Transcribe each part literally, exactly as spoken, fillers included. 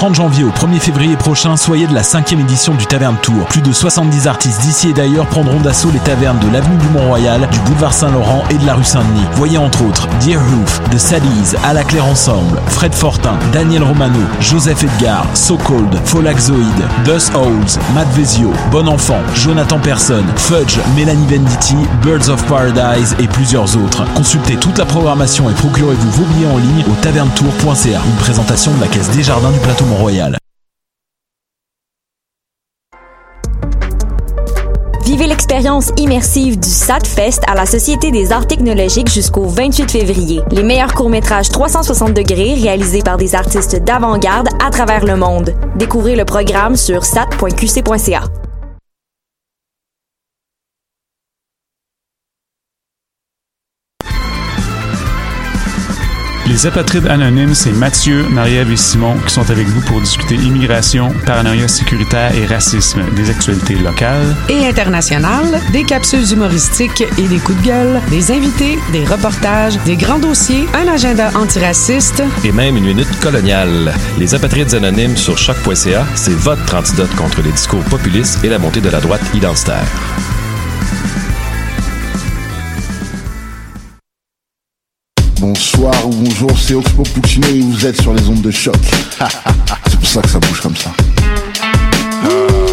trente janvier au premier février prochain, soyez de la cinquième édition du Taverne Tour. Plus de soixante-dix artistes d'ici et d'ailleurs prendront d'assaut les tavernes de l'avenue du Mont-Royal, du boulevard Saint-Laurent et de la rue Saint-Denis. Voyez entre autres Deerhoof, The Saddies, À la Claire Ensemble, Fred Fortin, Daniel Romano, Joseph Edgar, So Cold, Folaxoid, Dust Owls, Matt Vezio, Bon Enfant, Jonathan Person, Fudge, Mélanie Venditti, Birds of Paradise et plusieurs autres. Consultez toute la programmation et procurez-vous vos billets en ligne au tavernetour point c a. Une présentation de la Caisse Desjardins du Plateau Mont-Royal. Vivez l'expérience immersive du S A T Fest à la Société des Arts Technologiques jusqu'au vingt-huit février. Les meilleurs courts-métrages trois cent soixante degrés réalisés par des artistes d'avant-garde à travers le monde. Découvrez le programme sur sat point q c point c a. Les Apatrides Anonymes, c'est Mathieu, Marie-Ève et Simon qui sont avec vous pour discuter immigration, paranoïa sécuritaire et racisme, des actualités locales et internationales, des capsules humoristiques et des coups de gueule, des invités, des reportages, des grands dossiers, un agenda antiraciste et même une minute coloniale. Les Apatrides Anonymes sur choc point c a, c'est votre antidote contre les discours populistes et la montée de la droite identitaire. Bonsoir ou bonjour, c'est Oxpo Puccino et vous êtes sur les ondes de choc. C'est pour ça que ça bouge comme ça. Ah.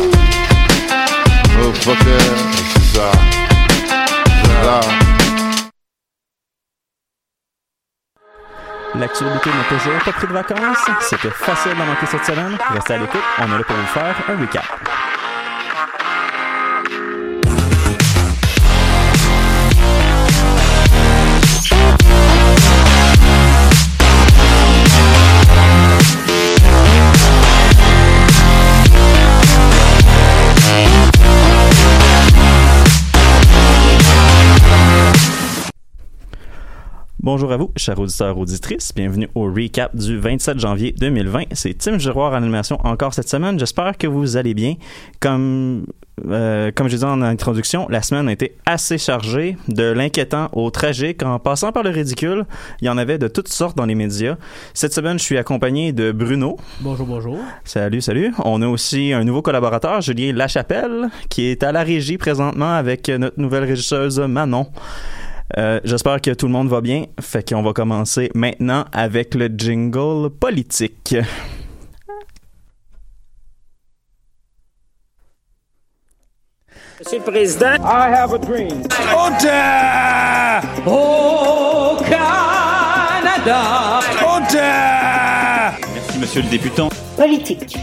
Oh fucker, c'est ça. C'est ça. L'actualité n'a toujours pas pris de vacances. C'était facile d'en manquer cette semaine. Restez à l'écoute, on est là pour vous faire un recap. Bonjour à vous, chers auditeurs auditrices. Bienvenue au recap du vingt-sept janvier deux mille vingt. C'est Tim Giroir en animation encore cette semaine. J'espère que vous allez bien. Comme, euh, comme je disais en introduction, la semaine a été assez chargée, de l'inquiétant au tragique, en passant par le ridicule. Il y en avait de toutes sortes dans les médias. Cette semaine, je suis accompagné de Bruno. Bonjour, bonjour. Salut, salut. On a aussi un nouveau collaborateur, Julien Lachapelle, qui est à la régie présentement avec notre nouvelle régisseuse Manon. Euh, j'espère que tout le monde va bien. Fait qu'on va commencer maintenant avec le jingle politique. Monsieur le Président, I have a dream. Honte! Au Canada! Honte! Merci, monsieur le députant. Politique.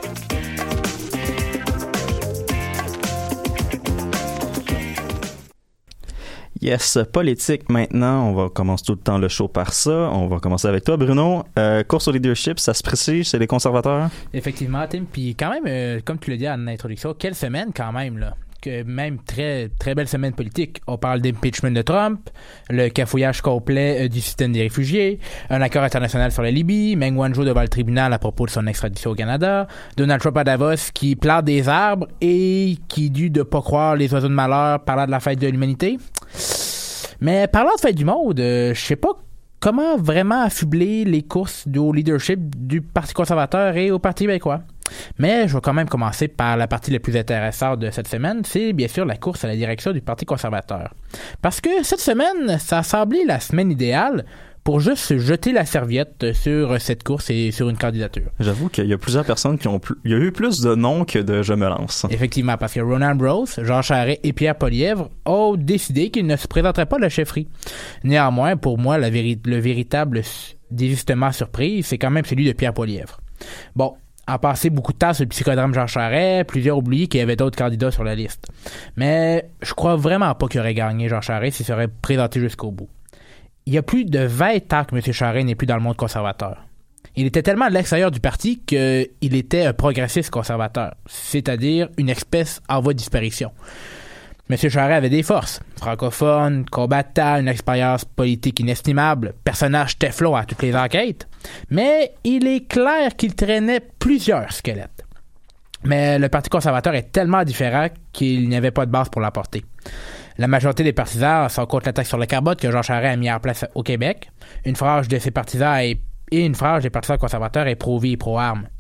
Yes, politique maintenant. On va commencer tout le temps le show par ça. On va commencer avec toi, Bruno. Euh, course au leadership, ça se précise, c'est les conservateurs? Effectivement, Tim. Puis quand même, euh, comme tu l'as dit en introduction, quelle semaine quand même, là. Que même très, très belle semaine politique. On parle d'impeachment de Trump, le cafouillage complet euh, du système des réfugiés, un accord international sur la Libye, Meng Wanzhou devant le tribunal à propos de son extradition au Canada, Donald Trump à Davos qui plante des arbres et qui dit de pas croire les oiseaux de malheur parlant de la fête de l'humanité. Mais parlant de fête du monde, euh, je sais pas comment vraiment affubler les courses au leadership du Parti conservateur et au Parti québécois. Mais je vais quand même commencer par la partie la plus intéressante de cette semaine, c'est bien sûr la course à la direction du Parti conservateur. Parce que cette semaine, ça a semblé la semaine idéale pour juste se jeter la serviette sur cette course et sur une candidature. J'avoue qu'il y a plusieurs personnes qui ont... Pl- il y a eu plus de noms que de « je me lance ». Effectivement, parce que Ronan Ambrose, Jean Charest et Pierre Poilievre ont décidé qu'ils ne se présenteraient pas à la chefferie. Néanmoins, pour moi, la véri- le véritable désistement surprise, c'est quand même celui de Pierre Poilievre. Bon, a passé beaucoup de temps sur le psychodrame Jean Charest, plusieurs oubliés qu'il y avait d'autres candidats sur la liste. Mais je crois vraiment pas qu'il aurait gagné Jean Charest s'il serait présenté jusqu'au bout. Il y a plus de vingt ans que M. Charest n'est plus dans le monde conservateur. Il était tellement à l'extérieur du parti qu'il était un progressiste conservateur, c'est-à-dire une espèce en voie de disparition. M. Charest avait des forces, francophone, combattant, une expérience politique inestimable, personnage Teflon à toutes les enquêtes, mais il est clair qu'il traînait plusieurs squelettes. Mais le Parti conservateur est tellement différent qu'il n'y avait pas de base pour l'emporter. La majorité des partisans sont contre la taxe sur le carbone que Jean Charest a mis en place au Québec. Une frange de ses partisans est, et une frange des partisans conservateurs est pro-vie et pro-armes.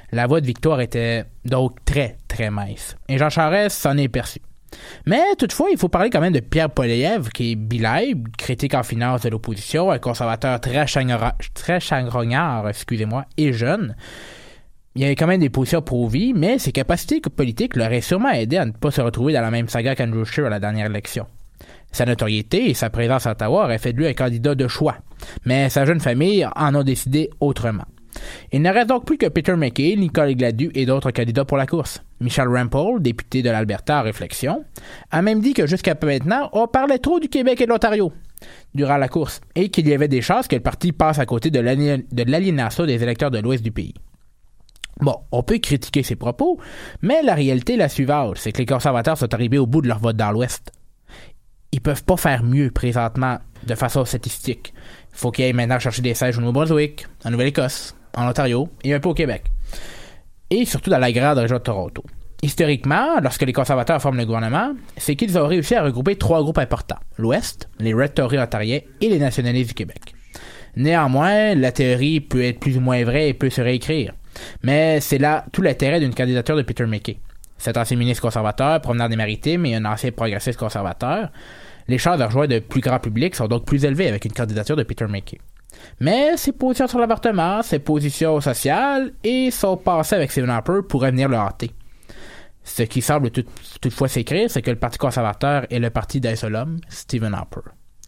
La voie de victoire était donc très, très mince. Et Jean Charest s'en est perçu. Mais toutefois, il faut parler quand même de Pierre Poilievre, qui est bilingue, critique en finance de l'opposition, un conservateur très, changra- très chagrognard, excusez-moi, et jeune. Il y avait quand même des positions pro-vie, mais ses capacités politiques l'auraient sûrement aidé à ne pas se retrouver dans la même saga qu'Andrew Scheer à la dernière élection. Sa notoriété et sa présence à Ottawa auraient fait de lui un candidat de choix, mais sa jeune famille en a décidé autrement. Il ne reste donc plus que Peter MacKay, Nicole Gladu et d'autres candidats pour la course. Michelle Rempel, député de l'Alberta en réflexion, a même dit que jusqu'à maintenant, on parlait trop du Québec et de l'Ontario durant la course et qu'il y avait des chances que le parti passe à côté de, l'ali- de l'aliénation des électeurs de l'ouest du pays. Bon, on peut critiquer ses propos, mais la réalité est la suivante, c'est que les conservateurs sont arrivés au bout de leur vote dans l'ouest. Ils peuvent pas faire mieux présentement de façon statistique. Il faut qu'ils aillent maintenant chercher des sièges au Nouveau-Brunswick, en Nouvelle-Écosse, en Ontario et un peu au Québec. Et surtout dans la grande région de Toronto. Historiquement, lorsque les conservateurs forment le gouvernement, c'est qu'ils ont réussi à regrouper trois groupes importants. L'Ouest, les Red Tories ontariens et les nationalistes du Québec. Néanmoins, la théorie peut être plus ou moins vraie et peut se réécrire. Mais c'est là tout l'intérêt d'une candidature de Peter MacKay. Cet ancien ministre conservateur, promeneur des Maritimes et un ancien progressiste conservateur, les chances de rejoindre le plus grand public sont donc plus élevées avec une candidature de Peter MacKay. Mais ses positions sur l'avortement, ses positions sociales et son passé avec Stephen Harper pourraient venir le hanter. Ce qui semble tout, toutefois s'écrire, c'est que le Parti conservateur est le parti d'un seul homme, Stephen Harper.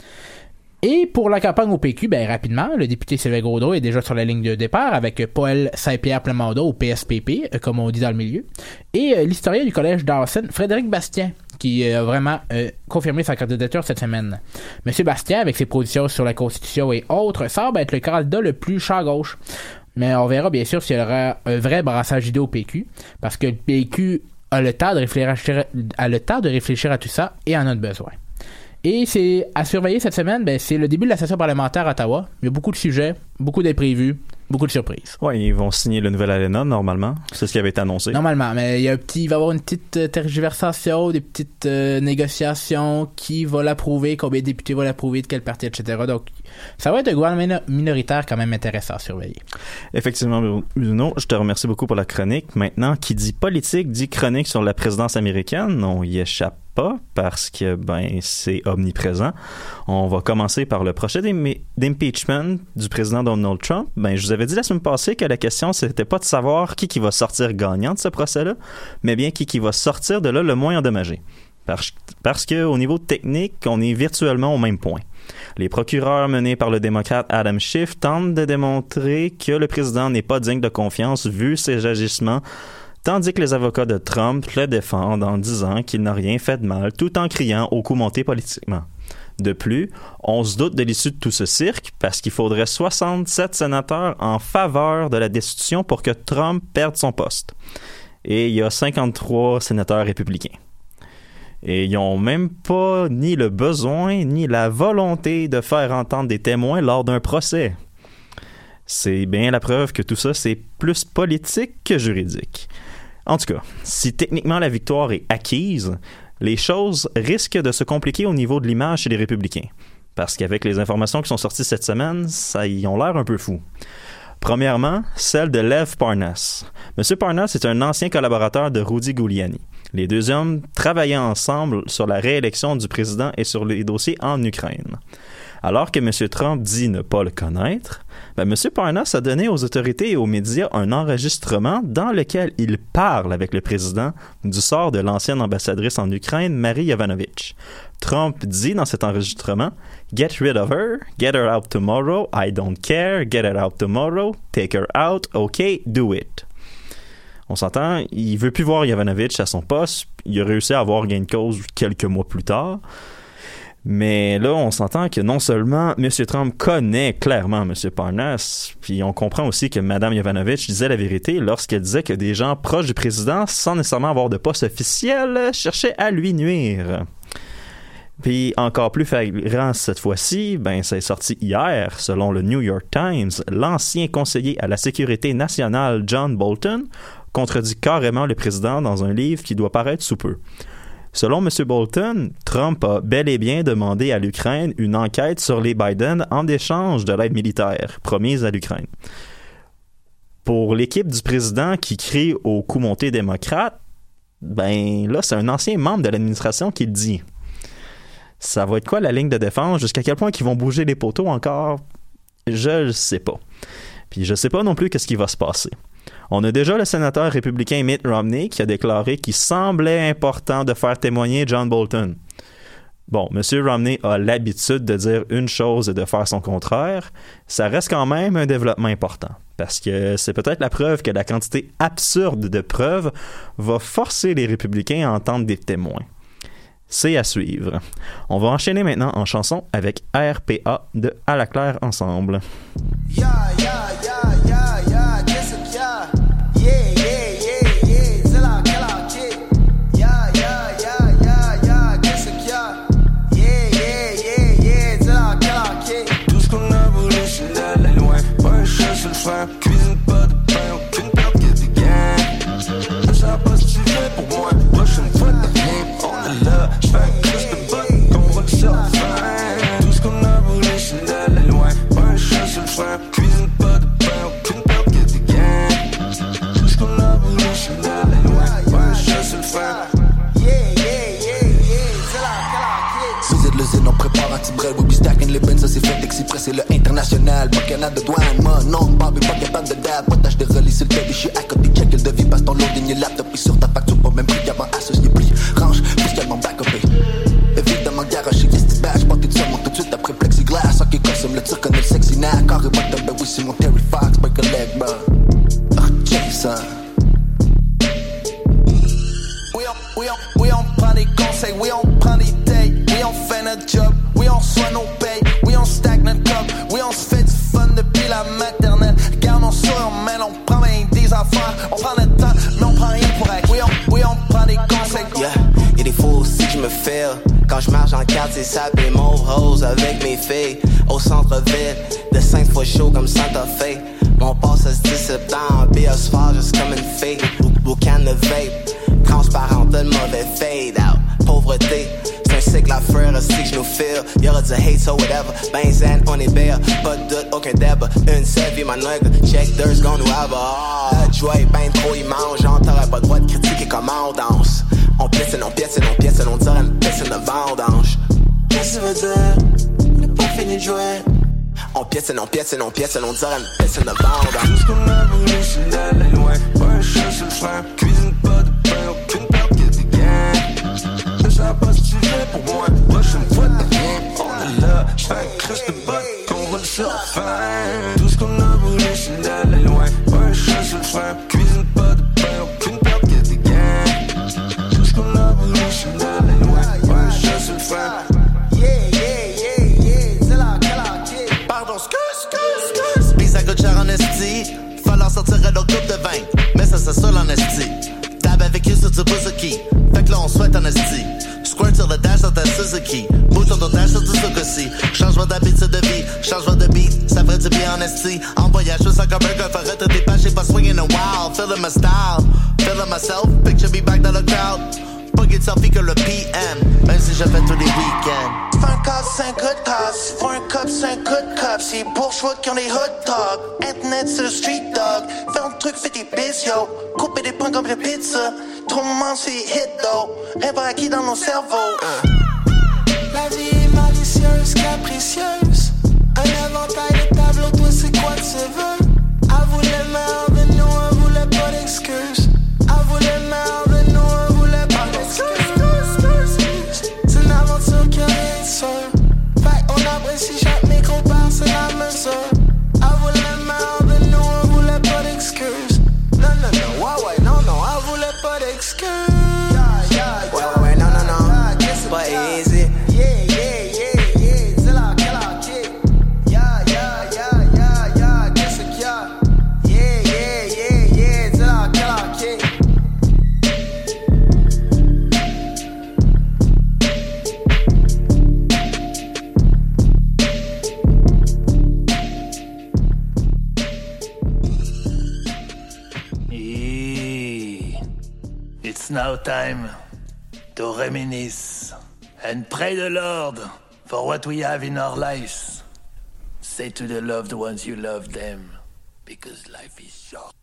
Et pour la campagne au P Q, ben rapidement, le député Sylvain Gaudreau est déjà sur la ligne de départ avec Paul Saint-Pierre Plamondon au P S P P, comme on dit dans le milieu, et euh, l'historien du collège Dawson, Frédéric Bastien, qui a vraiment euh, confirmé sa candidature cette semaine. Monsieur Bastien, avec ses positions sur la Constitution et autres, semble être le candidat le plus champ-gauche. Mais on verra bien sûr s'il y aura un vrai brassage d'idées au P Q, parce que le P Q a le temps de réfléchir, a le temps de réfléchir à tout ça et en a besoin. Et c'est à surveiller cette semaine, ben, c'est le début de la session parlementaire à Ottawa. Il y a beaucoup de sujets, beaucoup d'imprévus, beaucoup de surprises. Oui, ils vont signer le nouvel aléna, normalement. C'est ce qui avait été annoncé. Normalement, mais il y a un petit, il va y avoir une petite euh, tergiversation, des petites euh, négociations, qui va l'approuver, combien de députés vont l'approuver, de quel parti, et cetera. Donc, ça va être un gouvernement minoritaire quand même intéressant à surveiller. Effectivement, Bruno, je te remercie beaucoup pour la chronique. Maintenant, qui dit politique, dit chronique sur la présidence américaine. On y échappe pas parce que ben c'est omniprésent. On va commencer par le projet d'impeachment du président Donald Trump. Ben je vous avais dit la semaine passée que la question c'était pas de savoir qui qui va sortir gagnant de ce procès-là, mais bien qui qui va sortir de là le moins endommagé. Parce, parce que au niveau technique, on est virtuellement au même point. Les procureurs menés par le démocrate Adam Schiff tentent de démontrer que le président n'est pas digne de confiance vu ses agissements, tandis que les avocats de Trump le défendent en disant qu'il n'a rien fait de mal, tout en criant au coup monté politiquement. De plus, on se doute de l'issue de tout ce cirque parce qu'il faudrait soixante-sept sénateurs en faveur de la destitution pour que Trump perde son poste. Et il y a cinquante-trois sénateurs républicains. Et ils n'ont même pas ni le besoin ni la volonté de faire entendre des témoins lors d'un procès. C'est bien la preuve que tout ça, c'est plus politique que juridique. En tout cas, si techniquement la victoire est acquise, les choses risquent de se compliquer au niveau de l'image chez les républicains. Parce qu'avec les informations qui sont sorties cette semaine, ça y ont l'air un peu fous. Premièrement, celle de Lev Parnas. M. Parnas est un ancien collaborateur de Rudy Giuliani. Les deux hommes travaillaient ensemble sur la réélection du président et sur les dossiers en Ukraine. Alors que M. Trump dit ne pas le connaître, ben M. Parnas a donné aux autorités et aux médias un enregistrement dans lequel il parle avec le président du sort de l'ancienne ambassadrice en Ukraine, Marie Yovanovitch. Trump dit dans cet enregistrement « Get rid of her, get her out tomorrow, I don't care, get her out tomorrow, take her out, OK, do it ». On s'entend, il veut plus voir Yovanovitch à son poste, il a réussi à avoir gain de cause quelques mois plus tard. Mais là, on s'entend que non seulement M. Trump connaît clairement M. Parnas, puis on comprend aussi que Mme Yovanovitch disait la vérité lorsqu'elle disait que des gens proches du président, sans nécessairement avoir de poste officiel, cherchaient à lui nuire. Puis encore plus flagrant cette fois-ci, ben ça est sorti hier, selon le New York Times, l'ancien conseiller à la sécurité nationale John Bolton contredit carrément le président dans un livre qui doit paraître sous peu. Selon M. Bolton, Trump a bel et bien demandé à l'Ukraine une enquête sur les Biden en échange de l'aide militaire promise à l'Ukraine. Pour l'équipe du président qui crie au coup monté démocrate, ben là, c'est un ancien membre de l'administration qui le dit. Ça va être quoi la ligne de défense? Jusqu'à quel point ils vont bouger les poteaux encore? Je ne sais pas. Puis je sais pas non plus qu'est-ce qui va se passer. On a déjà le sénateur républicain Mitt Romney qui a déclaré qu'il semblait important de faire témoigner John Bolton. Bon, M. Romney a l'habitude de dire une chose et de faire son contraire. Ça reste quand même un développement important, parce que c'est peut-être la preuve que la quantité absurde de preuves va forcer les républicains à entendre des témoins. C'est à suivre. On va enchaîner maintenant en chanson avec R P A de À la claire ensemble. Yeah, yeah, yeah, yeah, yeah, Jessica. Yeah, yeah, yeah, yeah, Zilla, Kella, Kid. Yeah, yeah, yeah, yeah, yeah, Jessica. Yeah, yeah, yeah, yeah, Zilla, Kella, Kid. Tout ce qu'on a voulu, c'est d'aller loin. Pas un chat sur le frein, cuisine pas de pain, aucune perte que tu gagnes. Je sais pas si tu viens pour moi, prochaine fois t'as rien. On est là, j'fais un crush de botte, qu'on roule sur la fin. Tout ce qu'on a voulu, c'est d'aller loin. Pas un chat sur le frein, cuisine pas de pain, aucune perte que tu gagnes. Tout ce qu'on a voulu, c'est d'aller loin. Pas un chat sur le frein. Yeah, yeah, yeah, yeah, Zilla, Kella, Kid. Visite l'usine, on prépare un petit bread. We be stacking les bins, ça c'est fait express, c'est le international. Pas Canada de douane, moi non, Bobby, pas capable de dab. Moi tâche de relier sur le tête, je suis à côté, check le devis, passe ton loading, et laptop, puis sur ta facture, pas même prix qu'avant, associé, pli, range, fiscalement back-upé. Évidemment, garage, yes, t'es bad, j'porte tout ça, monte tout de suite après plexiglas. Ok, consomme le tir, connaît le sexy knack, carré bottom, ben oui, c'est mon Terry Fox, break a leg, bro. Oh, Jason. Oui, on, oui, on, oui, on prend des conseils, oui, on prend des dates, oui, on fait notre job, oui, on reçoit nos payes, oui, on stack notre cop, oui, on se fait du fun depuis la maternelle. Regarde, on sort, on mène, on prend bien des affaires, on prend notre temps, mais on prend rien pour être. Oui, on, oui, on prend des conseils. Yeah, y'a des fois aussi que je me fais quand je marche en quartier sapé mauve rose avec mes filles au centre-ville, de cinq fois chaud comme Santa Fe. Mon passe se dissipe dans un biosphère juste comme une fille. Boucan de vape, transparente, le mauvais fade out. Pauvreté, c'est un cycle à faire aussi que je nous file. Y'aura du hate, so whatever. Ben zen, on est bien, pas de doute, aucun débat. Une selfie, ma nigga, check, there's gonna have a. La joie est ben trop immense, genre t'aurais pas le droit de critiquer comment on danse. On piétine, on piétine, on piétine, on dirait une piscine de vendange. Qu'est-ce que ça veut dire? On n'est pas fini de jouer. On piétine, on piétine, on piétine, on dirait une piscine de vendange. Tout ce qu'on a voulu, c'est d'aller loin. Pas un chat sur le frein, cuisine pas de pain, aucune perte que tu gagnes. Je sais pas si tu viens pour moi, prochaine fois t'as rien. On est là, j'fais un crush de botte, qu'on roule sur la fin. Tout ce qu'on a voulu, c'est d'aller loin. Pas un chat sur le frein, cuisine pas de pain, aucune perte que tu gagnes. Tout ce qu'on a voulu, c'est d'aller loin. Pas un chat sur le frein. Yeah, yeah, yeah, yeah, Zilla, Kella, Kid. Pardon, scus, scus, scus. Pis ça coûte cher en esti. Falloir sortir leur coupe de vin. Mais ça, c'est seul en esti. Tab avec eux sur du Buzuki. Fait que là, on souhaite en esti. Squirt sur le dash dans ta Suzuki. Bout sur ton dash sur du Suzuki. Changement d'habitude de vie, changement de beat. Ça ferait du bien en esti. En voyage, je sens comme un gars. Ferait tout des pages, j'ai pas swinging a while. Feeling my style, feeling myself. Picture me back dans le crowd. Buggy selfie que le P M. Même si je fais tous les week-ends. Fais un cop, c'est un good cop. Faut un cop, c'est un good cop. C'est bourgeois qui ont des hot dogs. Internet, c'est le street dog. Fais un truc, fais des bis, yo. Couper des points comme le pizza. Trop de moments, c'est hit, though. Rien pas acquis dans nos cerveaux. Uh. La vie est malicieuse, capricieuse. Un éventail de tableaux, toi, c'est quoi tu veux? À vous les meilleurs de nous, on voulait pas d'excuses. À vous les meilleurs de nous, on voulait pas d'excuses. C'est une aventure qui a rien de sûr. Fait on apprécie chaque micro parce c'est la mesure. À vous les meilleurs de nous, on voulait pas d'excuses. Non, non, non, ouais, ouais, non, non, à voulait pas d'excuses. Yeah, yeah, ouais, ouais, ouais, non, non, non. Yeah, pas easy. Yeah, yeah, yeah, yeah, Zilla, Kella, Kid. Yeah, yeah, yeah, yeah, yeah, Jessica. Yeah, yeah, yeah, yeah, Zilla, Kella, Kid. It's now time to reminisce and pray the Lord for what we have in our lives. Say to the loved ones you love them, because life is short.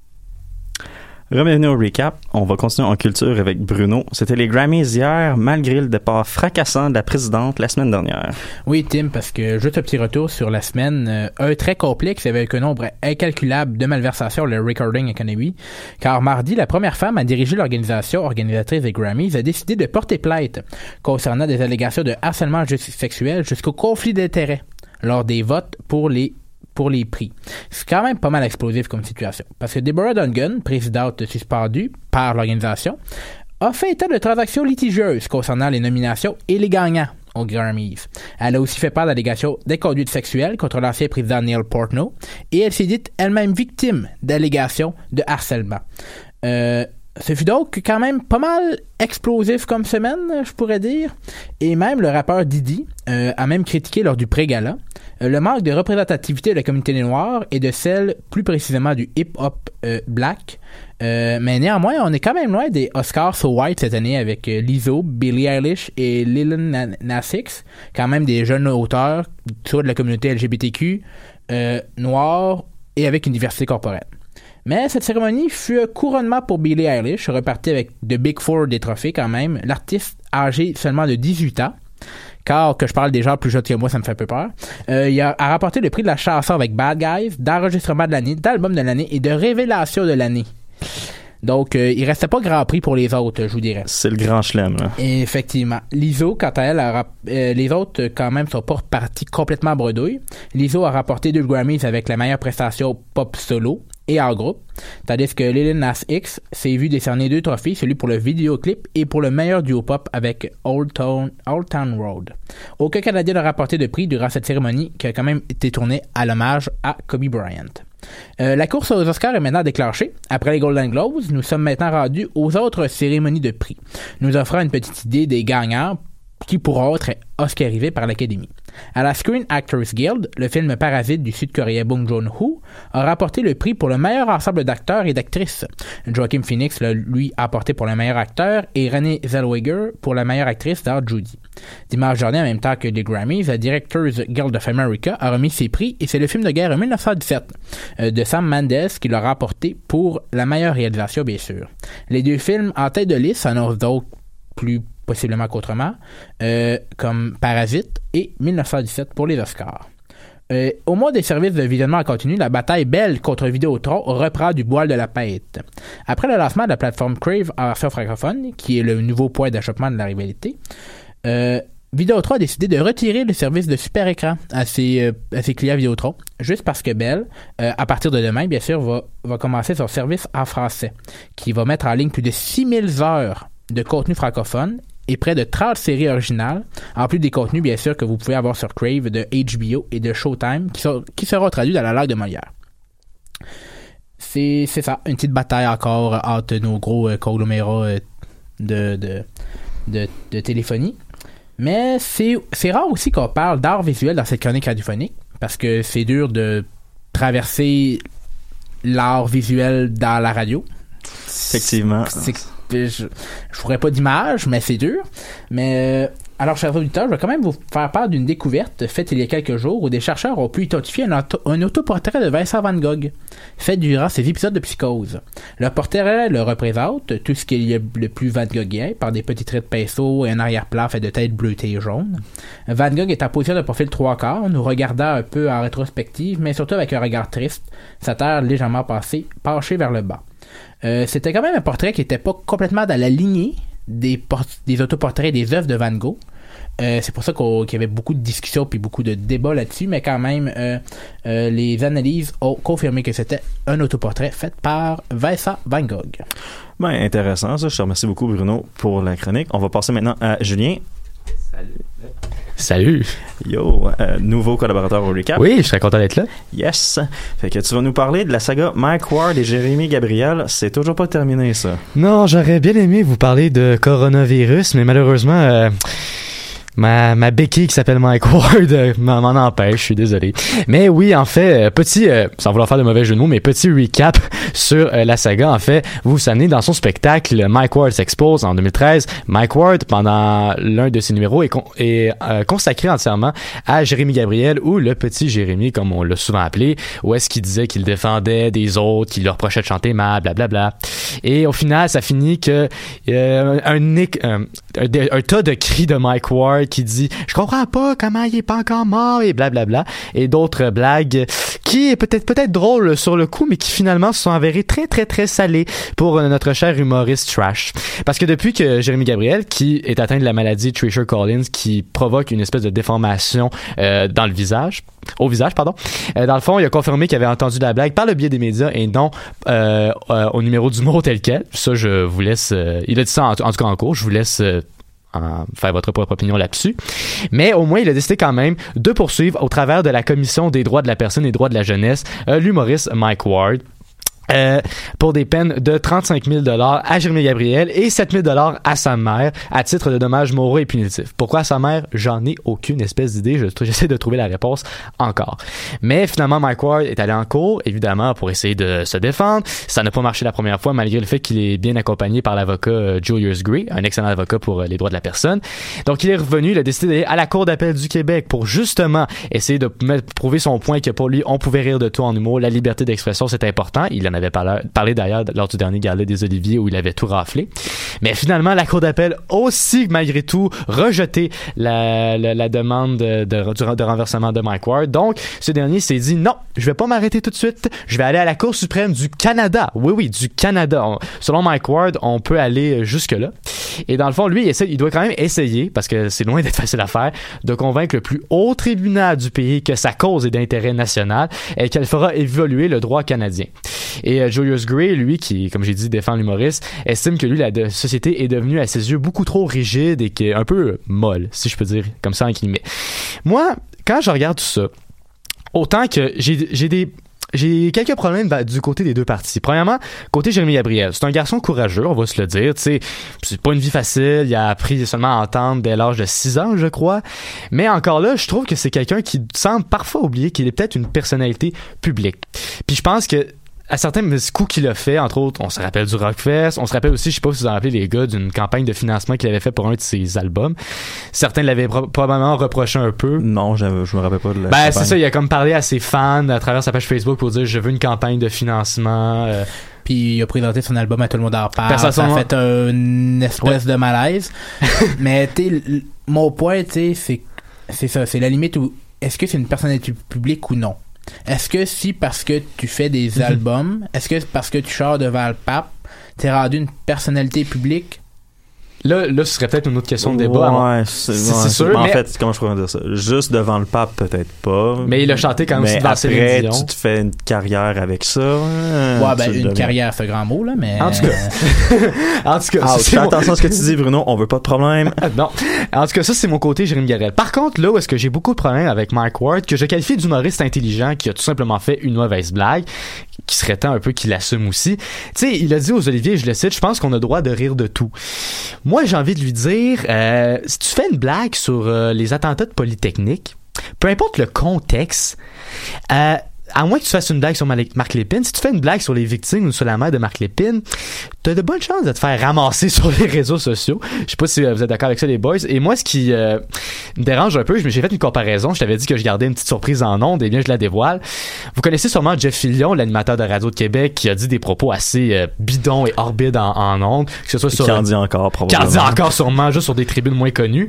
Bienvenue au recap. On va continuer en culture avec Bruno. C'était les Grammys hier, malgré le départ fracassant de la présidente la semaine dernière. Oui, Tim, parce que juste un petit retour sur la semaine, euh, un très complexe avec un nombre incalculable de malversations, le Recording Academy, car mardi, la première femme à diriger l'organisation organisatrice des Grammys a décidé de porter plainte concernant des allégations de harcèlement sexuel jusqu'au conflit d'intérêts lors des votes pour les pour les prix. C'est quand même pas mal explosif comme situation. Parce que Deborah Dungan, présidente suspendue par l'organisation, a fait état de transactions litigieuses concernant les nominations et les gagnants aux Grammys. Elle a aussi fait part d'allégations d'inconduite sexuelle contre l'ancien président Neil Portnoy et elle s'est dite elle-même victime d'allégations de harcèlement. Euh... Ce fut donc quand même pas mal explosif comme semaine, je pourrais dire. Et même le rappeur Diddy euh, a même critiqué lors du pré-gala euh, le manque de représentativité de la communauté noire et de celle plus précisément du hip-hop euh, black. Euh, mais néanmoins, on est quand même loin des Oscars So White cette année avec euh, Lizzo, Billie Eilish et Lil Nas X, quand même des jeunes auteurs, soit de la communauté L G B T Q, euh, noire et avec une diversité corporelle. Mais cette cérémonie fut un couronnement pour Billie Eilish, repartie avec The Big Four des trophées quand même, l'artiste âgé seulement de dix-huit ans, car que je parle des gens plus jeunes que moi, ça me fait un peu peur. Euh, il a, a remporté le prix de la chanson avec Bad Guys, d'enregistrement de l'année, d'album de l'année et de révélation de l'année. Donc, euh, il restait pas grand prix pour les autres, je vous dirais. C'est le grand chelem, là. Et effectivement. Lizzo, quant à elle, a rap- euh, les autres, quand même, sont pas repartis complètement bredouilles. Lizzo a rapporté deux Grammys avec la meilleure prestation pop solo et en groupe, tandis que Lil Nas X s'est vu décerner deux trophées, celui pour le vidéoclip et pour le meilleur duo pop avec Old Town, Old Town Road. Aucun Canadien n'a rapporté de prix durant cette cérémonie qui a quand même été tournée à l'hommage à Kobe Bryant. Euh, la course aux Oscars est maintenant déclenchée. Après les Golden Globes, nous sommes maintenant rendus aux autres cérémonies de prix, nous offrant une petite idée des gagnants qui pourront être oscarisés par l'Académie. À la Screen Actors Guild, le film Parasite du Sud-Coréen Bong Joon-ho a rapporté le prix pour le meilleur ensemble d'acteurs et d'actrices. Joaquin Phoenix, lui, a apporté pour le meilleur acteur et Renée Zellweger pour la meilleure actrice dans Judy. Dimanche dernier, en même temps que les Grammys, la Directors Guild of America a remis ses prix et c'est le film de guerre dix-neuf cent dix-sept euh, de Sam Mendes qui l'a remporté pour la meilleure réalisation, bien sûr. Les deux films en tête de liste s'annoncent donc plus possiblement qu'autrement, euh, comme Parasite et dix-neuf cent dix-sept pour les Oscars. Euh, au mois des services de visionnement en continu, la bataille Bell contre Vidéotron reprend du poil de la bête. Après le lancement de la plateforme Crave en version francophone, qui est le nouveau point d'achoppement de la rivalité, euh, Vidéotron a décidé de retirer le service de super écran à ses, euh, à ses clients Vidéotron, juste parce que Bell, euh, à partir de demain, bien sûr, va, va commencer son service en français, qui va mettre en ligne plus de six mille heures de contenu francophone et près de trente séries originales, en plus des contenus, bien sûr, que vous pouvez avoir sur Crave, de H B O et de Showtime, qui, sont, qui seront traduits dans la langue de Molière. C'est, c'est ça, une petite bataille encore entre nos gros euh, conglomérats euh, de, de, de, de téléphonie. Mais c'est, c'est rare aussi qu'on parle d'art visuel dans cette chronique radiophonique, parce que c'est dur de traverser l'art visuel dans la radio. Effectivement. C'est, c'est, je ne ferai pas d'image, mais c'est dur. Mais euh, alors, chers auditeurs, je vais quand même vous faire part d'une découverte faite il y a quelques jours où des chercheurs ont pu identifier un, auto, un autoportrait de Vincent Van Gogh fait durant ses épisodes de Psychose. Le portrait le représente, tout ce qui est le plus Van Goghien, par des petits traits de pinceau et un arrière-plan fait de têtes bleutées et jaunes. Van Gogh est en position de profil trois quarts, nous regardant un peu en rétrospective, mais surtout avec un regard triste, sa tête légèrement passée, penchée vers le bas. Euh, c'était quand même un portrait qui n'était pas complètement dans la lignée des, port- des autoportraits des œuvres de Van Gogh. Euh, c'est pour ça qu'il y avait beaucoup de discussions puis beaucoup de débats là-dessus, mais quand même, euh, euh, les analyses ont confirmé que c'était un autoportrait fait par Vincent Van Gogh. Ben, intéressant ça. Je te remercie beaucoup, Bruno, pour la chronique. On va passer maintenant à Julien. Salut. Salut. Yo, euh, nouveau collaborateur au Recap. Oui, je serais content d'être là. Yes. Fait que tu vas nous parler de la saga Mike Ward et Jérémy Gabriel. C'est toujours pas terminé, ça. Non, j'aurais bien aimé vous parler de coronavirus, mais malheureusement... Euh... Ma, ma béquille qui s'appelle Mike Ward euh, m'en, m'en empêche, je suis désolé. Mais oui, en fait, euh, petit, euh, sans vouloir faire de mauvais jeu de mots, mais petit recap sur euh, la saga. En fait, vous vous souvenez, dans son spectacle Mike Ward s'expose en deux mille treize, Mike Ward, pendant l'un de ses numéros, est, con- est euh, consacré entièrement à Jérémy Gabriel, ou le petit Jérémy, comme on l'a souvent appelé, où est-ce qu'il disait qu'il défendait des autres, qu'il leur reprochait de chanter mal, blablabla. Et au final, ça finit que euh, un, nick, euh, un, un tas de cris de Mike Ward qui dit « Je comprends pas comment il est pas encore mort » et blablabla. Et d'autres blagues qui est peut-être peut-être drôles sur le coup, mais qui finalement se sont avérées très très très salées pour notre cher humoriste trash. Parce que depuis que Jérémy Gabriel, qui est atteint de la maladie Treacher Collins, qui provoque une espèce de déformation euh, dans le visage, au visage, pardon, euh, dans le fond, il a confirmé qu'il avait entendu la blague par le biais des médias et non euh, euh, au numéro d'humour tel quel. Ça, je vous laisse... Euh, il a dit ça en, en tout cas en cours, je vous laisse... Euh, En faire votre propre opinion là-dessus. Mais au moins, il a décidé quand même de poursuivre au travers de la Commission des droits de la personne et des droits de la jeunesse euh, l'humoriste Mike Ward. Euh, pour des peines de trente-cinq mille dollars à Jérémy Gabriel et sept mille dollars à sa mère à titre de dommages moraux et punitifs. Pourquoi à sa mère? J'en ai aucune espèce d'idée. Je, j'essaie de trouver la réponse encore. Mais finalement, Mike Ward est allé en cours, évidemment, pour essayer de se défendre. Ça n'a pas marché la première fois, malgré le fait qu'il est bien accompagné par l'avocat euh, Julius Gray, un excellent avocat pour euh, les droits de la personne. Donc, il est revenu, il a décidé d'aller à la Cour d'appel du Québec pour justement essayer de mettre, prouver son point que pour lui, on pouvait rire de tout en humour. La liberté d'expression, c'est important. Il en avait parlé, parlé d'ailleurs lors du dernier gala des Oliviers où il avait tout raflé. Mais finalement, la Cour d'appel aussi, malgré tout, rejeté la, la, la demande de, de, de renversement de Mike Ward. Donc, ce dernier s'est dit, non, je vais pas m'arrêter tout de suite. Je vais aller à la Cour suprême du Canada. Oui, oui, du Canada. On, selon Mike Ward, on peut aller jusque-là. Et dans le fond, lui, il, essaie, il doit quand même essayer, parce que c'est loin d'être facile à faire, de convaincre le plus haut tribunal du pays que sa cause est d'intérêt national et qu'elle fera évoluer le droit canadien. Et euh, Julius Gray, lui, qui, comme j'ai dit, défend l'humoriste, estime que lui, la de- société est devenue à ses yeux beaucoup trop rigide et qui est un peu molle, si je peux dire, comme ça en guillemets. Moi, quand je regarde tout ça, autant que j'ai, j'ai des... J'ai quelques problèmes du côté des deux parties. Premièrement, côté Jérémy Gabriel, c'est un garçon courageux, on va se le dire. Tu sais, c'est pas une vie facile. Il a appris seulement à entendre dès l'âge de six ans, je crois. Mais encore là, je trouve que c'est quelqu'un qui semble parfois oublier qu'il est peut-être une personnalité publique. Puis je pense que à certains coups qu'il a fait, entre autres, on se rappelle du Rockfest, on se rappelle aussi, je sais pas si vous en rappelez les gars, d'une campagne de financement qu'il avait fait pour un de ses albums. Certains l'avaient pro- probablement reproché un peu. Non, je me rappelle pas de la Ben, campagne. c'est ça, il a comme parlé à ses fans à travers sa page Facebook pour dire « Je veux une campagne de financement. Euh, » Puis il a présenté son album à Tout le monde en parle. Personne Ça a son- fait une espèce Ouais. de malaise. Mais tu sais, l- mon point, tu sais, c'est c'est ça, c'est la limite où est-ce que c'est une personnalité publique ou non? Est-ce que si parce que tu fais des Mhm. albums, est-ce que parce que tu sors devant le pape, t'es rendu une personnalité publique? Là, là, ce serait peut-être une autre question de débat. Ouais, c'est, c'est, ouais, c'est sûr. En mais, fait, comment je pourrais dire ça? Juste devant le pape, peut-être pas. mais il a chanté quand même aussi mais devant Céline après, Dion. tu te fais une carrière avec ça. hein, Ouais, ben, tu une deviens- carrière, c'est un grand mot, là, mais. En tout cas. en tout cas, Ah, ça, fais c'est mon- attention à ce que tu dis, Bruno. On veut pas de problème. non. En tout cas, ça, c'est mon côté Jérémy Gabriel. Par contre, là où est-ce que j'ai beaucoup de problèmes avec Mike Ward, que je qualifie d'humoriste intelligent qui a tout simplement fait une mauvaise blague, qui serait temps un peu qu'il l'assume aussi. Tu sais, il a dit aux Olivier, je le cite, je pense qu'on a le droit de rire de tout. Moi, j'ai envie de lui dire, euh, si tu fais une blague sur euh, les attentats de Polytechnique, peu importe le contexte, euh, à moins que tu fasses une blague sur Marc Lépine, si tu fais une blague sur les victimes ou sur la mère de Marc Lépine, t'as de bonnes chances de te faire ramasser sur les réseaux sociaux. Je sais pas si vous êtes d'accord avec ça, les boys. Et moi, ce qui euh, me dérange un peu, j'ai fait une comparaison. Je t'avais dit que je gardais une petite surprise en ondes, et bien je la dévoile. Vous connaissez sûrement Jeff Fillion, l'animateur de Radio de Québec, qui a dit des propos assez euh, bidons et orbides en, en ondes, que ce soit sur... Qui en dit encore, Qui en probablement. dit encore sûrement, juste sur des tribunes moins connues.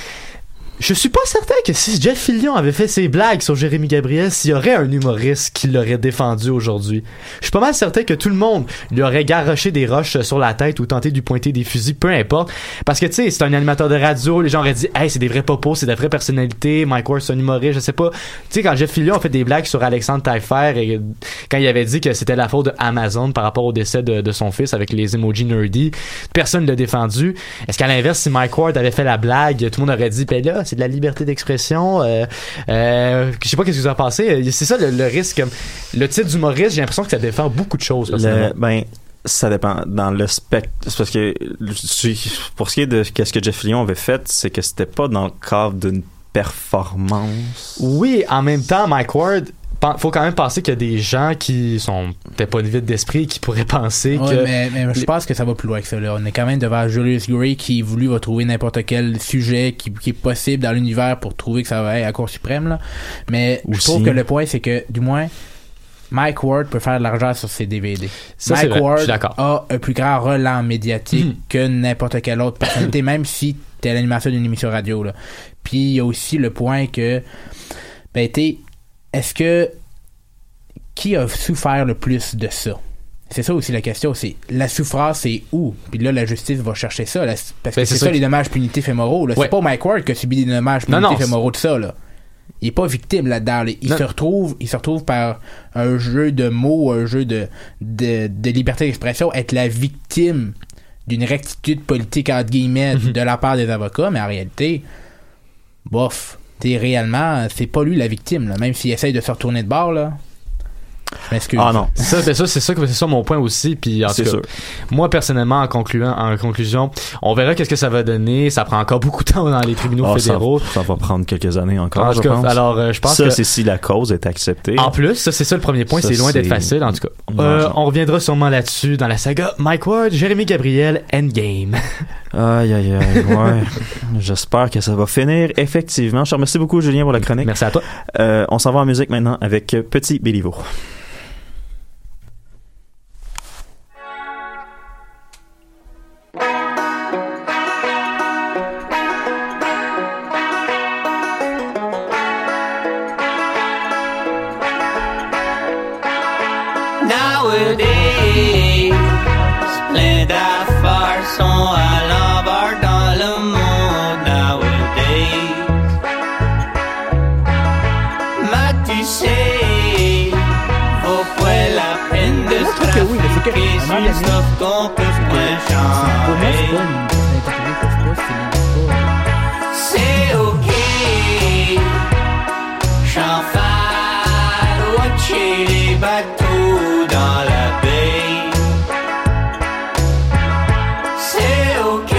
Je suis pas certain que si Jeff Fillion avait fait ses blagues sur Jérémy Gabriel, s'il y aurait un humoriste qui l'aurait défendu aujourd'hui. Je suis pas mal certain que tout le monde lui aurait garoché des roches sur la tête ou tenté de lui pointer des fusils, peu importe. Parce que tu sais, c'est un animateur de radio, les gens auraient dit « Hey, c'est des vrais popos, c'est des vraies personnalités, Mike Ward c'est un humoriste, je sais pas. » Tu sais, quand Jeff Fillion a fait des blagues sur Alexandre Taillefer et quand il avait dit que c'était la faute de Amazon par rapport au décès de, de son fils avec les emojis nerdy, personne l'a défendu. Est-ce qu'à l'inverse, si Mike Ward avait fait la blague, tout le monde aurait dit « Ben là, c'est de la liberté d'expression. Euh, euh, je sais pas qu'est-ce que vous en pensez. C'est ça le, le risque. Le titre d'humoriste, j'ai l'impression que ça défend beaucoup de choses. Le, ben, Ça dépend. Dans le spectre, c'est parce que pour ce qui est de ce que Jeff Lyon avait fait, c'est que c'était pas dans le cadre d'une performance. Oui, en même temps, Mike Ward, faut quand même penser qu'il y a des gens qui sont peut-être pas vides d'esprit qui pourraient penser ouais, que... mais, mais je pense que ça va plus loin que ça, là. On est quand même devant Julius Gray qui voulu va trouver n'importe quel sujet qui, qui est possible dans l'univers pour trouver que ça va être à la Cour suprême, là. Mais Aussi. je trouve que le point, c'est que, du moins, Mike Ward peut faire de l'argent sur ses D V D. Ça, Mike Ward a un plus grand relent médiatique mmh. que n'importe quelle autre personnalité, même si t'es à l'animation d'une émission radio, là. Puis il y a aussi le point que, ben, t'es, est-ce que qui a souffert le plus de ça? C'est ça aussi la question, c'est la souffrance, c'est où? Puis là, la justice va chercher ça, là, parce que ben, c'est, c'est ça, ça les dommages punitifs et moraux, là. Ouais. C'est pas Mike Ward qui a subi des dommages punitifs et moraux de ça, là. Il est pas victime là-dedans. Là. Il non. se retrouve, il se retrouve par un jeu de mots, un jeu de, de, de liberté d'expression, être la victime d'une rectitude politique entre guillemets mm-hmm. de la part des avocats, mais en réalité, bof, t'es réellement, c'est pas lui la victime, là, même s'il essaye de se retourner de bord, là. Je m'excuse. Ah non. Ça, c'est ça, c'est ça, c'est ça mon point aussi. Puis en tout cas, moi personnellement, en concluant, en conclusion, on verra qu'est-ce que ça va donner. Ça prend encore beaucoup de temps dans les tribunaux oh, fédéraux. Ça, ça va prendre quelques années encore. En je cas, pense. Alors, euh, je pense ça, que c'est si la cause est acceptée. En plus, ça, c'est ça le premier point. Ça, c'est loin c'est... d'être facile, en tout cas. Euh, on reviendra sûrement là-dessus dans la saga Mike Ward, Jérémy Gabriel, Endgame. Aïe, aïe, aïe, ouais. J'espère que ça va finir, effectivement. Je te remercie beaucoup, Julien, pour la chronique. Merci à toi. Euh, on s'en va en musique maintenant avec Petit Béliveau. Nowadays, plein d'affaires sont à l'envers dans le monde. Nowadays, mais tu sais, vaut pas la peine de se trafiquer sur ce qu'on peut pas changer. C'est ok, j'en fais watcher les bateaux dans la baie. C'est ok,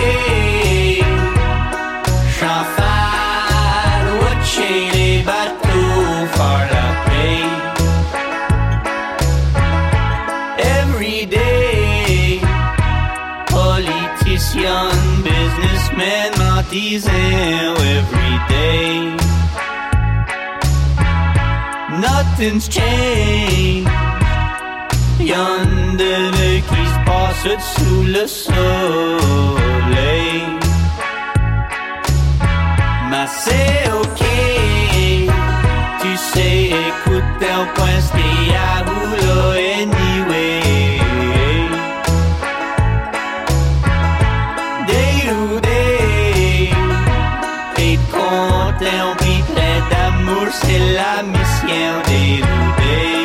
j'en fais watcher les bateaux faire la paix. Every day, politician, businessman, artisan, every day. Nothing's changed. Y'en de qui se passe sous le soleil. Mais c'est ok, tu sais, écoute, un point stay à boulot anyway. Day to day, et content, puis plein d'amour, c'est la mission. Day to day.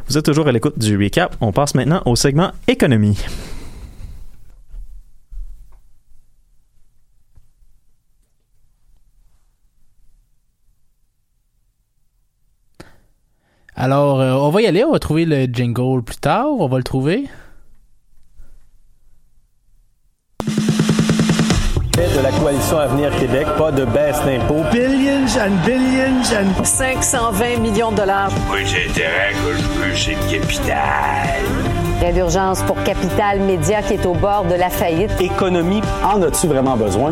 Vous êtes toujours à l'écoute du recap. On passe maintenant au segment économie. Alors, euh, on va y aller, on va trouver le jingle plus tard, on va le trouver. De la coalition Avenir Québec, pas de baisse d'impôts. Billions and billions and... cinq cent vingt millions de dollars. Oui, j'ai intérêt que je veux chez Capital. Prêt d'urgence pour Capital Média qui est au bord de la faillite. Économie, en as-tu vraiment besoin?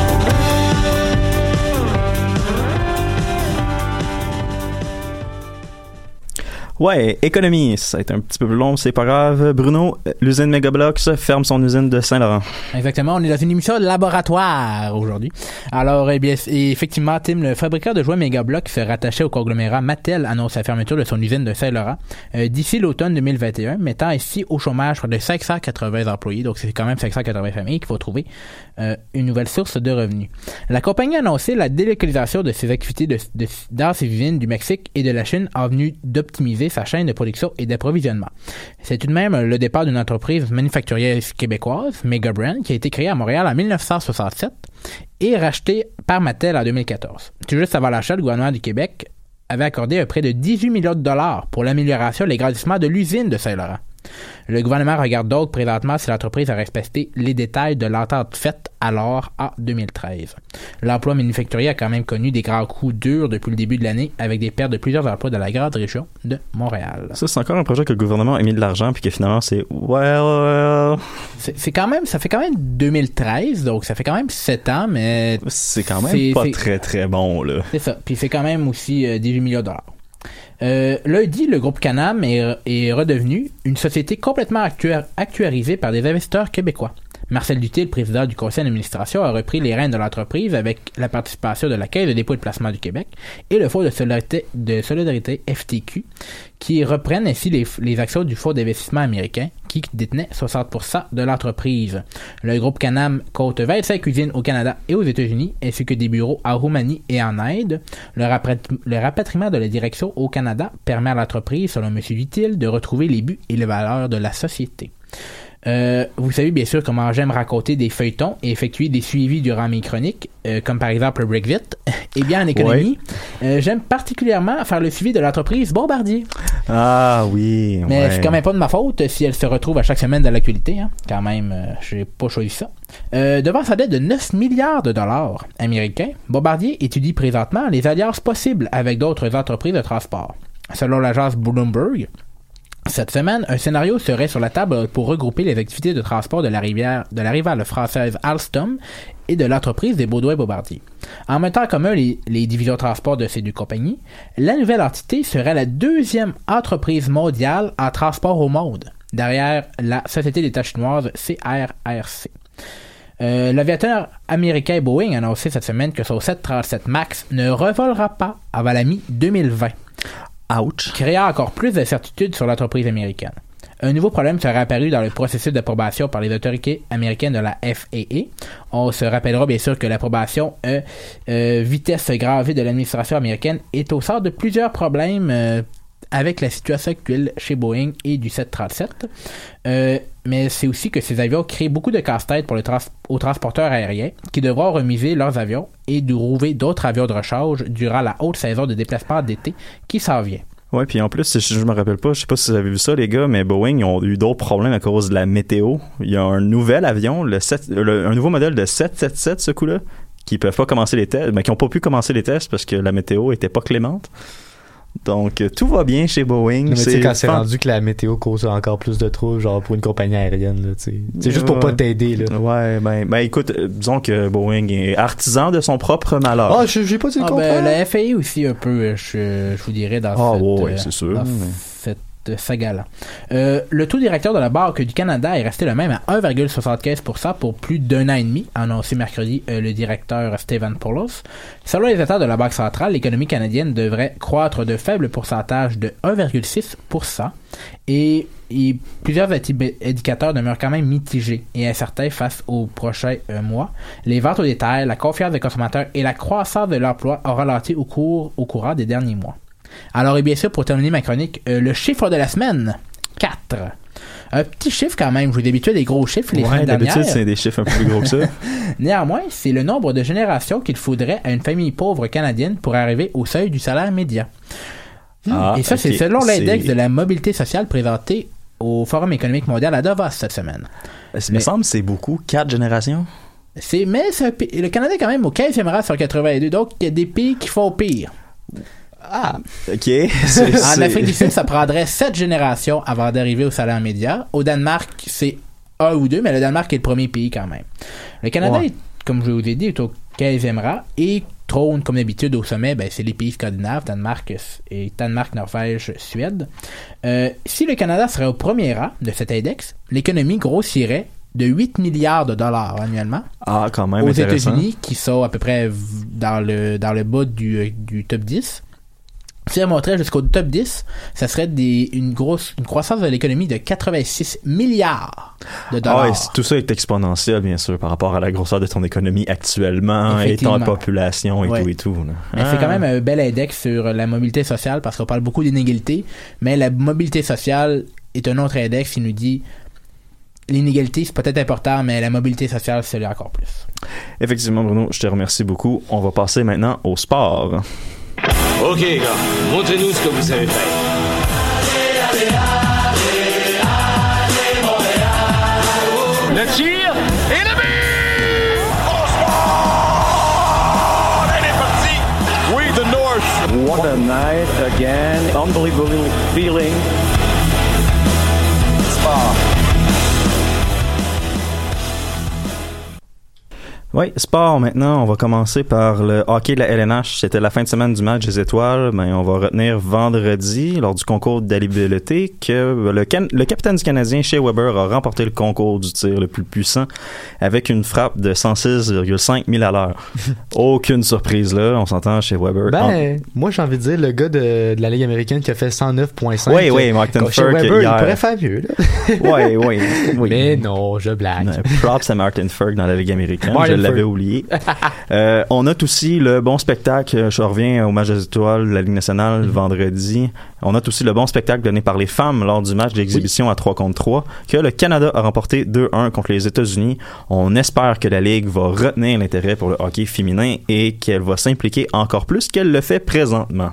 Ouais, économie, ça a été un petit peu plus long, c'est pas grave. Bruno, l'usine Megablocks ferme son usine de Saint-Laurent. Exactement, on est dans une émission de laboratoire aujourd'hui. Alors, eh bien, effectivement, Tim, le fabricant de jouets Megablocks se rattachait au conglomérat Mattel, annonce la fermeture de son usine de Saint-Laurent euh, d'ici l'automne deux mille vingt et un, mettant ainsi au chômage près de cinq cent quatre-vingts employés. Donc, c'est quand même cinq cent quatre-vingts familles qu'il faut trouver euh, une nouvelle source de revenus. La compagnie a annoncé la délocalisation de ses activités de, de, dans ses usines du Mexique et de la Chine en vue d'optimiser sa chaîne de production et d'approvisionnement. C'est tout de même le départ d'une entreprise manufacturière québécoise, Megabrand, qui a été créée à Montréal en dix-neuf cent soixante-sept et rachetée par Mattel en deux mille quatorze. Tout juste avant l'achat, le gouvernement du Québec avait accordé un prêt de dix-huit millions de dollars pour l'amélioration et l'agrandissement de l'usine de Saint-Laurent. Le gouvernement regarde donc présentement si l'entreprise a respecté les détails de l'entente faite alors en deux mille treize. L'emploi manufacturier a quand même connu des grands coups durs depuis le début de l'année avec des pertes de plusieurs emplois dans la grande région de Montréal. Ça, c'est encore un projet que le gouvernement a mis de l'argent puis que finalement c'est well, well. C'est, c'est quand même, ça fait quand même deux mille treize, donc ça fait quand même sept ans, mais c'est quand même c'est, pas c'est, très très bon là. C'est ça. Puis c'est quand même aussi euh, dix-huit millions de dollars. Euh, lundi, le groupe Canam est, est redevenu une société complètement actua- actuarisée par des investisseurs québécois. Marcel Duthil, le président du conseil d'administration, a repris les rênes de l'entreprise avec la participation de la Caisse de dépôt et de placement du Québec et le Fonds de solidarité, de solidarité F T Q, qui reprennent ainsi les, les actions du Fonds d'investissement américain qui détenait soixante pour cent de l'entreprise. Le groupe Canam compte vingt-cinq usines au Canada et aux États-Unis, ainsi que des bureaux en Roumanie et en Inde. Le, rapatri- le rapatriement de la direction au Canada permet à l'entreprise, selon M. Duthil, de retrouver les buts et les valeurs de la société. Euh, vous savez bien sûr comment j'aime raconter des feuilletons et effectuer des suivis durant mes chroniques, euh, comme par exemple le Brexit. Eh bien, en économie, ouais. euh, j'aime particulièrement faire le suivi de l'entreprise Bombardier. Ah oui. Mais ouais. c'est quand même pas de ma faute si elle se retrouve à chaque semaine dans l'actualité. Hein. Quand même, euh, j'ai pas choisi ça. Euh, devant sa dette de neuf milliards de dollars américains, Bombardier étudie présentement les alliances possibles avec d'autres entreprises de transport. Selon l'agence Bloomberg, cette semaine, un scénario serait sur la table pour regrouper les activités de transport de la rivière, de la rivale française Alstom et de l'entreprise des Baudouin-Bombardier. En mettant en commun les, les divisions de transport de ces deux compagnies, la nouvelle entité serait la deuxième entreprise mondiale en transport au monde, derrière la société d'État chinoise C R R C. Euh, l'aviateur américain Boeing a annoncé cette semaine que son sept cent trente-sept MAX ne revolera pas avant la mi-deux mille vingt. Ouch. Créant encore plus d'incertitudes sur l'entreprise américaine. Un nouveau problème serait apparu dans le processus d'approbation par les autorités américaines de la F A A. On se rappellera bien sûr que l'approbation euh, euh, vitesse gravée de l'administration américaine est au centre de plusieurs problèmes euh, avec la situation actuelle chez Boeing et du sept cent trente-sept. Euh, mais c'est aussi que ces avions créent beaucoup de casse-tête pour les trans- aux transporteurs aériens qui devront remiser leurs avions et trouver d'autres avions de recharge durant la haute saison de déplacement d'été qui s'en vient. Ouais, puis en plus, je, je me rappelle pas, je sais pas si vous avez vu ça, les gars, mais Boeing, ils ont eu d'autres problèmes à cause de la météo. Il y a un nouvel avion, le sept, le, un nouveau modèle de sept cent soixante-dix-sept, ce coup-là, qui peuvent pas commencer les tests, mais qui ont pas pu commencer les tests parce que la météo était pas clémente. Donc, tout va bien chez Boeing. Mais c'est tu sais, quand c'est fan... rendu que la météo cause encore plus de troubles, genre pour une compagnie aérienne, là, tu sais. C'est juste pour pas t'aider, là. Ouais, ben, ben écoute, disons que Boeing est artisan de son propre malheur. Ah, j'ai, j'ai pas dit le ah, contraire. Ben, la F A A aussi, un peu, je, je vous dirais, dans ah, cette, ouais, euh, c'est sûr. dans mais... cette saga-là. Euh, le taux directeur de la Banque du Canada est resté le même à un virgule soixante-quinze pour cent pour plus d'un an et demi, a annoncé mercredi euh, le directeur Stephen Poloz. Selon les états de la Banque centrale, l'économie canadienne devrait croître de faibles pourcentages de un virgule six pour cent et, et plusieurs indicateurs demeurent quand même mitigés et incertains face aux prochains euh, mois. Les ventes au détail, la confiance des consommateurs et la croissance de l'emploi ont ralenti au cours au courant des derniers mois. Alors, et bien sûr, pour terminer ma chronique, euh, le chiffre de la semaine, quatre. Un petit chiffre quand même. Je vous d'habitude des gros chiffres les ouais, semaines dernières. d'habitude, c'est des chiffres un peu plus gros que ça. Néanmoins, c'est le nombre de générations qu'il faudrait à une famille pauvre canadienne pour arriver au seuil du salaire médian. Ah, Et ça, okay. c'est selon l'index c'est... de la mobilité sociale présenté au Forum économique mondial à Davos cette semaine. Ça me semble que c'est beaucoup. Quatre générations? C'est, mais c'est un, le Canada est quand même au quinzième rang sur quatre-vingt-deux, donc il y a des pays qui font pire. Ah, ok. C'est, c'est, en c'est... Afrique du Sud, ça prendrait sept générations avant d'arriver au salaire médian. Au Danemark, c'est un ou deux, mais le Danemark est le premier pays quand même. Le Canada, ouais. est, comme je vous ai dit, est au quinzième rang et trône, comme d'habitude, au sommet, ben, c'est les pays scandinaves, Danemark, et Danemark, Norvège, Suède. Euh, si le Canada serait au premier rang de cet index, l'économie grossirait de huit milliards de dollars annuellement. Ah, quand même, aux intéressant. États-Unis, qui sont à peu près dans le, dans le bas du, du top dix. Si elle monterait jusqu'au top dix, ça serait des, une grosse une croissance de l'économie de quatre-vingt-six milliards de dollars. Ah, et tout ça est exponentiel, bien sûr, par rapport à la grosseur de ton économie actuellement, et ton population et ouais. tout et tout. Là. Mais ah. C'est quand même un bel index sur la mobilité sociale, parce qu'on parle beaucoup d'inégalités, mais la mobilité sociale est un autre index qui nous dit l'inégalité, c'est peut-être important, mais la mobilité sociale, c'est encore plus. Effectivement, Bruno, je te remercie beaucoup. On va passer maintenant au sport. Ok, gars, montrez-nous ce que vous savez faire. Le tir et le but! Elle est partie! We the North! What a night again. Unbelievable feeling. Sport. Oui, sport maintenant. On va commencer par le hockey de la L N H. C'était la fin de semaine du match des étoiles. Ben, on va retenir vendredi, lors du concours d'alibilité, que le, can- le capitaine du Canadien, Shea Weber, a remporté le concours du tir le plus puissant avec une frappe de cent six virgule cinq milles à l'heure. Aucune surprise là, on s'entend, Shea Weber. Ben, en... moi j'ai envie de dire le gars de, de la Ligue américaine qui a fait cent neuf virgule cinq. Oui, oui, Martin Ferg. Weber, il pourrait faire mieux. Oui, oui, oui. Mais non, je blague. Props à Martin Ferg dans la Ligue américaine. Martin je l'avais oublié. euh, on note aussi le bon spectacle. Je reviens au match des étoiles de la Ligue nationale mm-hmm. vendredi. On note aussi le bon spectacle donné par les femmes lors du match d'exhibition oui. à trois contre trois, que le Canada a remporté deux un contre les États-Unis. On espère que la Ligue va retenir l'intérêt pour le hockey féminin et qu'elle va s'impliquer encore plus qu'elle le fait présentement.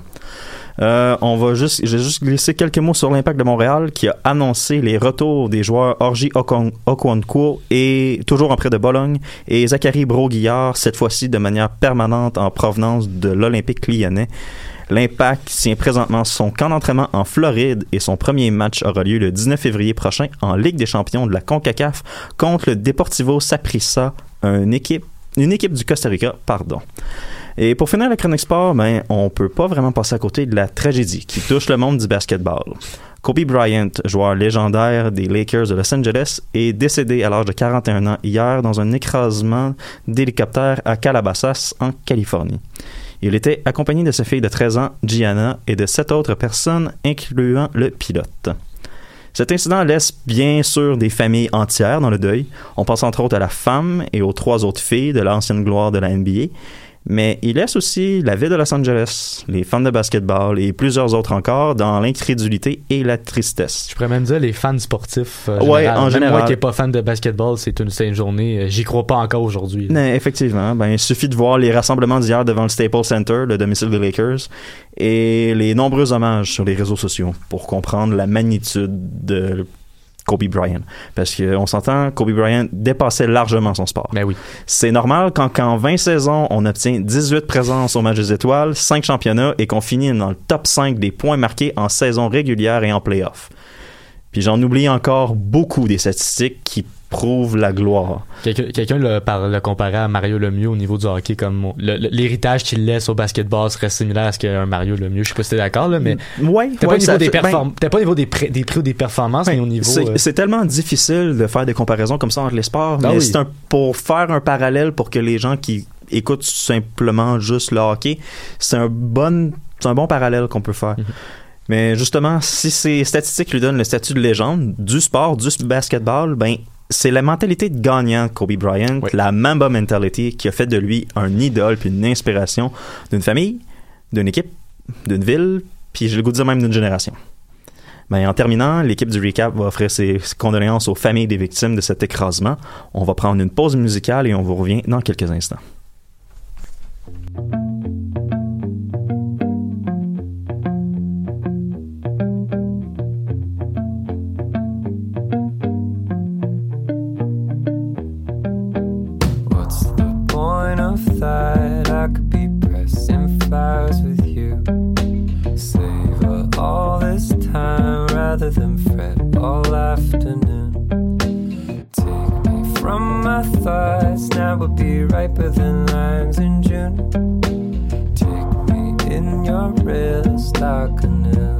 Euh, on va juste, j'ai juste glissé quelques mots sur l'Impact de Montréal qui a annoncé les retours des joueurs Orji Okonkwo et toujours en prêt de Bologne et Zachary Brault-Guillard, cette fois-ci de manière permanente en provenance de l'Olympique Lyonnais. L'Impact tient présentement son camp d'entraînement en Floride et son premier match aura lieu le dix-neuf février prochain en Ligue des champions de la CONCACAF contre le Deportivo Saprissa, une équipe, une équipe du Costa Rica, pardon. Et pour finir la chronique sport, ben, on peut pas vraiment passer à côté de la tragédie qui touche le monde du basketball. Kobe Bryant, joueur légendaire des Lakers de Los Angeles, est décédé à l'âge de quarante et un ans hier dans un écrasement d'hélicoptère à Calabasas, en Californie. Il était accompagné de sa fille de treize ans, Gianna, et de sept autres personnes, incluant le pilote. Cet incident laisse bien sûr des familles entières dans le deuil. On pense entre autres à la femme et aux trois autres filles de l'ancienne gloire de la N B A. Mais il laisse aussi la ville de Los Angeles, les fans de basketball et plusieurs autres encore dans l'incrédulité et la tristesse. Je pourrais même dire les fans sportifs. Euh, ouais, général. en même général. Moi qui n'ai pas fan de basketball, c'est une, c'est une journée, euh, j'y crois pas encore aujourd'hui. Mais effectivement, ben, il suffit de voir les rassemblements d'hier devant le Staples Center, le domicile des Lakers, et les nombreux hommages sur les réseaux sociaux pour comprendre la magnitude de Kobe Bryant. Parce qu'on s'entend, Kobe Bryant dépassait largement son sport. Ben oui. C'est normal quand, qu'en vingt saisons, on obtient dix-huit présences au match des étoiles, cinq championnats et qu'on finit dans le top cinq des points marqués en saison régulière et en play-off. Puis j'en oublie encore beaucoup des statistiques qui prouvent la gloire. Quelqu'un, quelqu'un l'a, par, l'a comparé à Mario Lemieux au niveau du hockey, comme le, le, l'héritage qu'il laisse au basketball serait similaire à ce qu'un Mario Lemieux. Je sais pas si t'es d'accord, là, mais ouais, t'es, ouais, pas au niveau des fait, perform- ben, t'es pas au niveau des, pré- des prix ou des performances, ben, mais au niveau... C'est, euh... c'est tellement difficile de faire des comparaisons comme ça entre les sports, ah mais oui. c'est un, pour faire un parallèle pour que les gens qui écoutent simplement juste le hockey, c'est un bon, c'est un bon parallèle qu'on peut faire. Mm-hmm. Mais justement, si ces statistiques lui donnent le statut de légende du sport, du basketball, ben c'est la mentalité de gagnant de Kobe Bryant, oui. la Mamba mentality qui a fait de lui un idole puis une inspiration d'une famille, d'une équipe, d'une ville, puis j'ai le goût de dire même d'une génération. Ben, en terminant, l'équipe du Recap va offrir ses condoléances aux familles des victimes de cet écrasement. On va prendre une pause musicale et on vous revient dans quelques instants. That I could be pressing flowers with you. Savor all this time rather than fret all afternoon. Take me from my thoughts, now would be riper than limes in June. Take me in your wrist like a nail.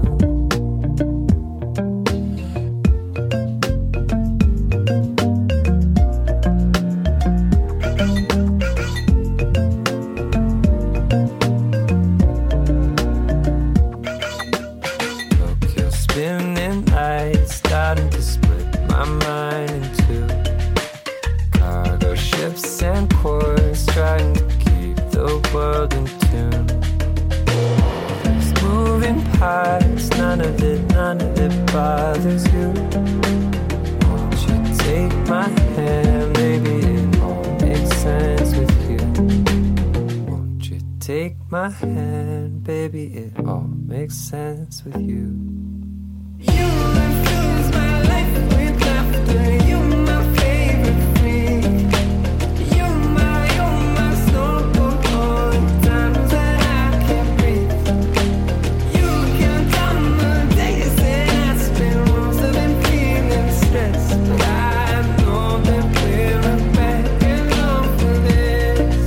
Starting to split my mind in two. Cargo ships and quarters, trying to keep the world in tune. There's moving parts, none of it, none of it bothers you. Won't you take my hand, baby, it all makes sense with you. Won't you take my hand, baby, it all makes sense with you. You infuse my life with laughter. You're my favorite freak. You're my, you're my snow all the times that I can't breathe. You can count the days that I spend most of them feeling stressed, but I know that we're back in love for this.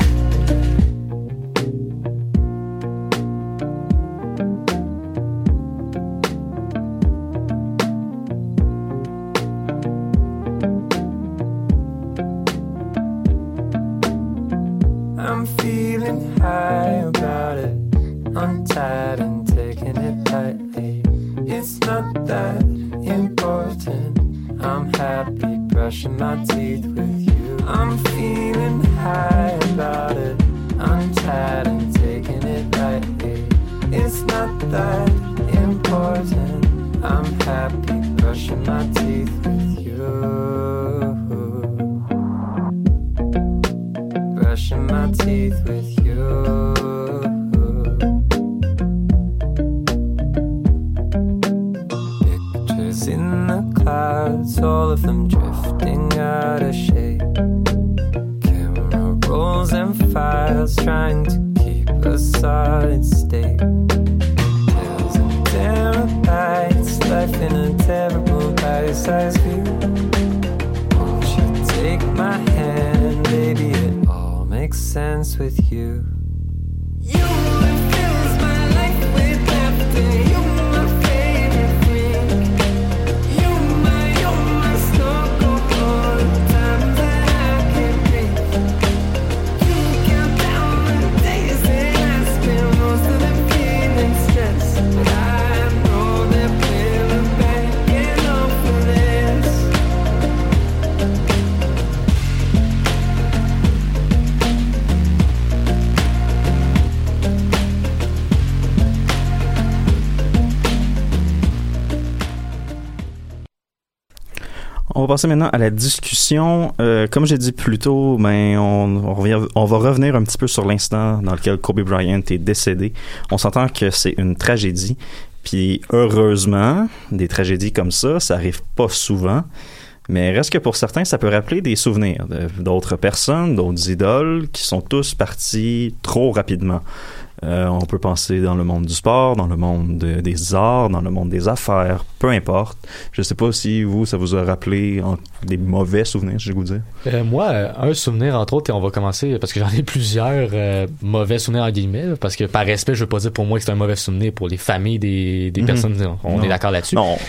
I'm feeling high about it, untied and taking it lightly. It's not that important. I'm happy brushing my teeth with you. I'm feeling high about it, untied and taking it lightly. It's not that important. I'm happy brushing my teeth with you. Brushing my teeth with you. Pictures in the clouds, all of them drifting out of shape. Camera rolls and files trying to keep a solid state. Tales and terabytes, life in a terrible bite-sized view. Won't you take my hand, baby, it all makes sense with you. You infuse my life with laughter. You're my favorite freak. You're my, you're my snorkel all the time that I can't breathe. You count down the days that I spend most of them feeling stressed, but I know that we're back in love for this. On va passer maintenant à la discussion. Euh, comme j'ai dit plus tôt, ben, on, on, revient, on va revenir un petit peu sur l'instant dans lequel Kobe Bryant est décédé. On s'entend que c'est une tragédie. Puis heureusement, des tragédies comme ça, ça arrive pas souvent. Mais reste que pour certains, ça peut rappeler des souvenirs d'autres personnes, d'autres idoles qui sont tous partis trop rapidement. Euh, on peut penser dans le monde du sport, dans le monde de, des arts, dans le monde des affaires, peu importe. Je sais pas si vous, ça vous a rappelé en, des mauvais souvenirs, je vais vous dire. Euh, moi, un souvenir, entre autres, et on va commencer, parce que j'en ai plusieurs euh, mauvais souvenirs, en guillemets, parce que par respect, je veux pas dire pour moi que c'est un mauvais souvenir pour les familles des, des mm-hmm. personnes, on non. est d'accord là-dessus. Non.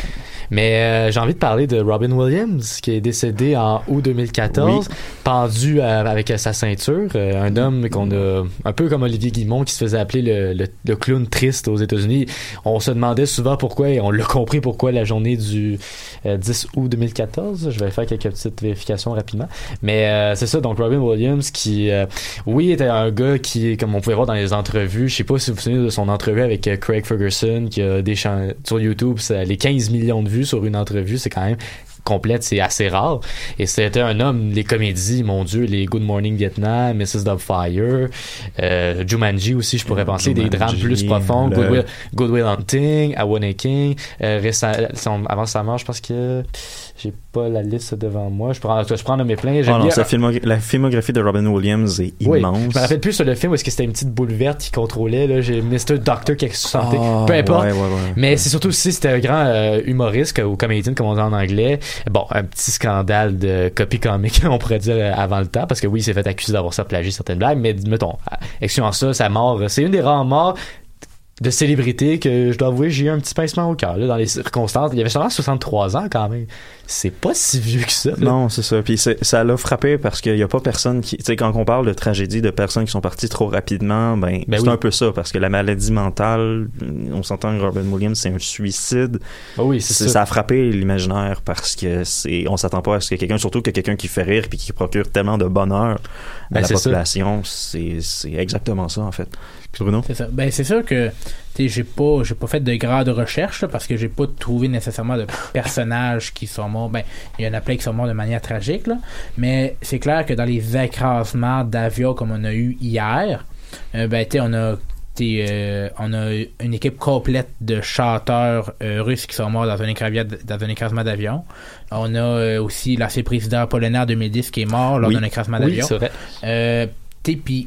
Mais euh, j'ai envie de parler de Robin Williams, qui est décédé en août deux mille quatorze, oui. pendu euh, avec sa ceinture. Euh, un homme qu'on a, un peu comme Olivier Guillemont, qui se faisait appeler le, le, le clown triste aux États-Unis. On se demandait souvent pourquoi, et on l'a compris pourquoi, la journée du euh, dix août deux mille quatorze. Je vais faire quelques petites vérifications rapidement. Mais euh, c'est ça, donc Robin Williams, qui, euh, oui, était un gars qui, comme on pouvait voir dans les entrevues, je sais pas si vous vous souvenez de son entrevue avec euh, Craig Ferguson, qui a des chants sur YouTube, ça, les quinze millions de vues sur une entrevue, c'est quand même complète, c'est assez rare. Et c'était un homme, les comédies, mon Dieu, les Good Morning Vietnam, missus Doubtfire, euh, Jumanji aussi, je pourrais penser, Jumanji, des drames plus profonds, le... Good, Will, Good Will Hunting, Awakening, euh, récent, avant sa mort, je pense que j'ai pas la liste devant moi. Je prends, je prends de mes pleins. Oh non, bien... filmogra- la filmographie de Robin Williams est oui, immense. Je me rappelle plus sur le film où est-ce que c'était une petite boule verte qui contrôlait. Là, j'ai mister Doctor quelque chose santé. Oh, peu importe. Ouais, ouais, ouais. Mais c'est surtout aussi c'était un grand euh, humoriste ou comédien comme on dit en anglais. Bon, un petit scandale de copie comique, on pourrait dire euh, avant le temps, parce que oui, il s'est fait accuser d'avoir ça plagié certaines blagues, mais mettons, excluant ça, sa mort, c'est une des rares morts de célébrité que je dois avouer, j'ai eu un petit pincement au cœur là, dans les circonstances. Il avait seulement soixante-trois ans quand même. C'est pas si vieux que ça. Là. Non, c'est ça. Puis c'est, ça l'a frappé parce qu'il y a pas personne qui... Tu sais, quand on parle de tragédie de personnes qui sont parties trop rapidement, ben, ben c'est oui. un peu ça, parce que la maladie mentale, on s'entend que Robin Williams, c'est un suicide. Ah oui, c'est, c'est ça. Ça a frappé l'imaginaire parce que c'est... On s'attend pas à ce que quelqu'un, surtout que quelqu'un qui fait rire puis qui procure tellement de bonheur à ben, la population, c'est, c'est exactement ça, en fait. Puis Bruno? C'est ça. Ben, c'est sûr que t'sais, j'ai pas j'ai pas fait de grande recherche là, parce que j'ai pas trouvé nécessairement de personnages qui sont morts. Ben, il y en a plein qui sont morts de manière tragique là, mais c'est clair que dans les écrasements d'avions comme on a eu hier, euh, ben t'sais, on a t'sais, euh, on a une équipe complète de chanteurs euh, russes qui sont morts dans un écrasement dans un écrasement d'avion. On a euh, aussi l'ancien président polonais en deux mille dix qui est mort lors oui. d'un écrasement oui, d'avion. C'est vrai. Euh, t'sais, puis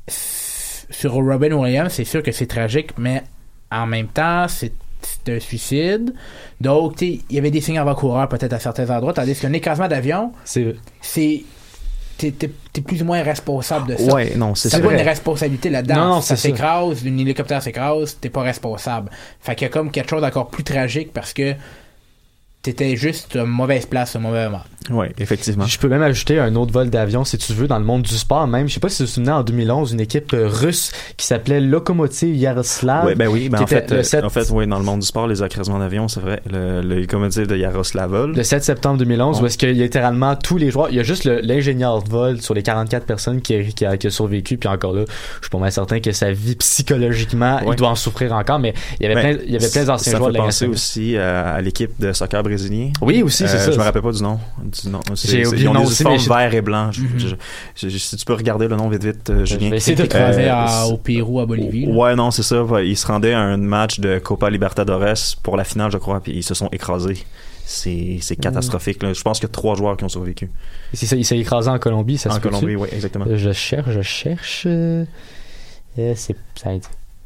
sur Robin Williams, c'est sûr que c'est tragique, mais en même temps, c'est, c'est un suicide. Donc, tu sais, il y avait des signes avant-coureurs peut-être à certains endroits, tandis qu'un écrasement d'avion, c'est... c'est t'es, t'es, t'es plus ou moins responsable de ça. Ouais, non, c'est ça. Ça pas une responsabilité là-dedans. Non, non, si ça c'est s'écrase, ça. Un hélicoptère s'écrase, t'es pas responsable. Fait qu'il y a comme quelque chose d'encore plus tragique parce que t'étais juste à mauvaise place au mauvais moment. Oui, effectivement. Je peux même ajouter un autre vol d'avion, si tu veux, dans le monde du sport même. Je sais pas si vous vous souvenez, en deux mille onze, une équipe russe qui s'appelait Lokomotiv Yaroslav. Oui, ben oui, ben en fait, le sept... en fait, oui, dans le monde du sport, les écrasements d'avion, c'est vrai, le, le Lokomotiv de Yaroslavl. Le sept septembre deux mille onze, bon. Où est-ce qu'il y a littéralement tous les joueurs, il y a juste le, l'ingénieur de vol sur les quarante-quatre personnes qui a, qui a, qui a survécu, puis encore là, je suis pas mal certain que sa vie psychologiquement, ouais. il doit en souffrir encore, mais il y avait ben, plein, il y avait plein d'anciens ça joueurs fait de la penser aussi à, à l'équipe de soccer brésilien. Oui, aussi, c'est euh, ça. Je me rappelle pas du nom. Du nom. C'est, J'ai oublié ils ont le nom des aussi, uniformes mais vert et blanc. Mm-hmm. Je, je, je, si tu peux regarder le nom vite vite, euh, Julien. Je vais essayer de trouver euh, au Pérou, à Bolivie. Là. Ouais, non, c'est ça. Ils se rendaient à un match de Copa Libertadores pour la finale, je crois, puis ils se sont écrasés. C'est, c'est catastrophique. Là. Je pense qu'il y a trois joueurs qui ont survécu. Et c'est ça, il s'est écrasé en Colombie, ça en se peut. En Colombie, oui, exactement. Je cherche, je cherche. Euh, c'est ça a été.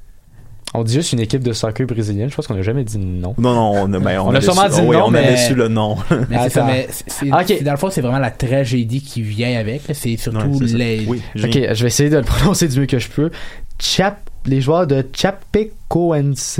On dit juste une équipe de soccer brésilienne. Je pense qu'on n'a jamais dit non. Non, non, on a, ben, on on a sûrement dit oh, non, oui, on mais... avait su le nom. Mais c'est ça, mais c'est, c'est, okay. c'est, dans le fond, c'est vraiment la tragédie qui vient avec. Là. C'est surtout ouais, c'est les... Oui, ok, je vais essayer de le prononcer du mieux que je peux. Chap... Les joueurs de Chapecoense...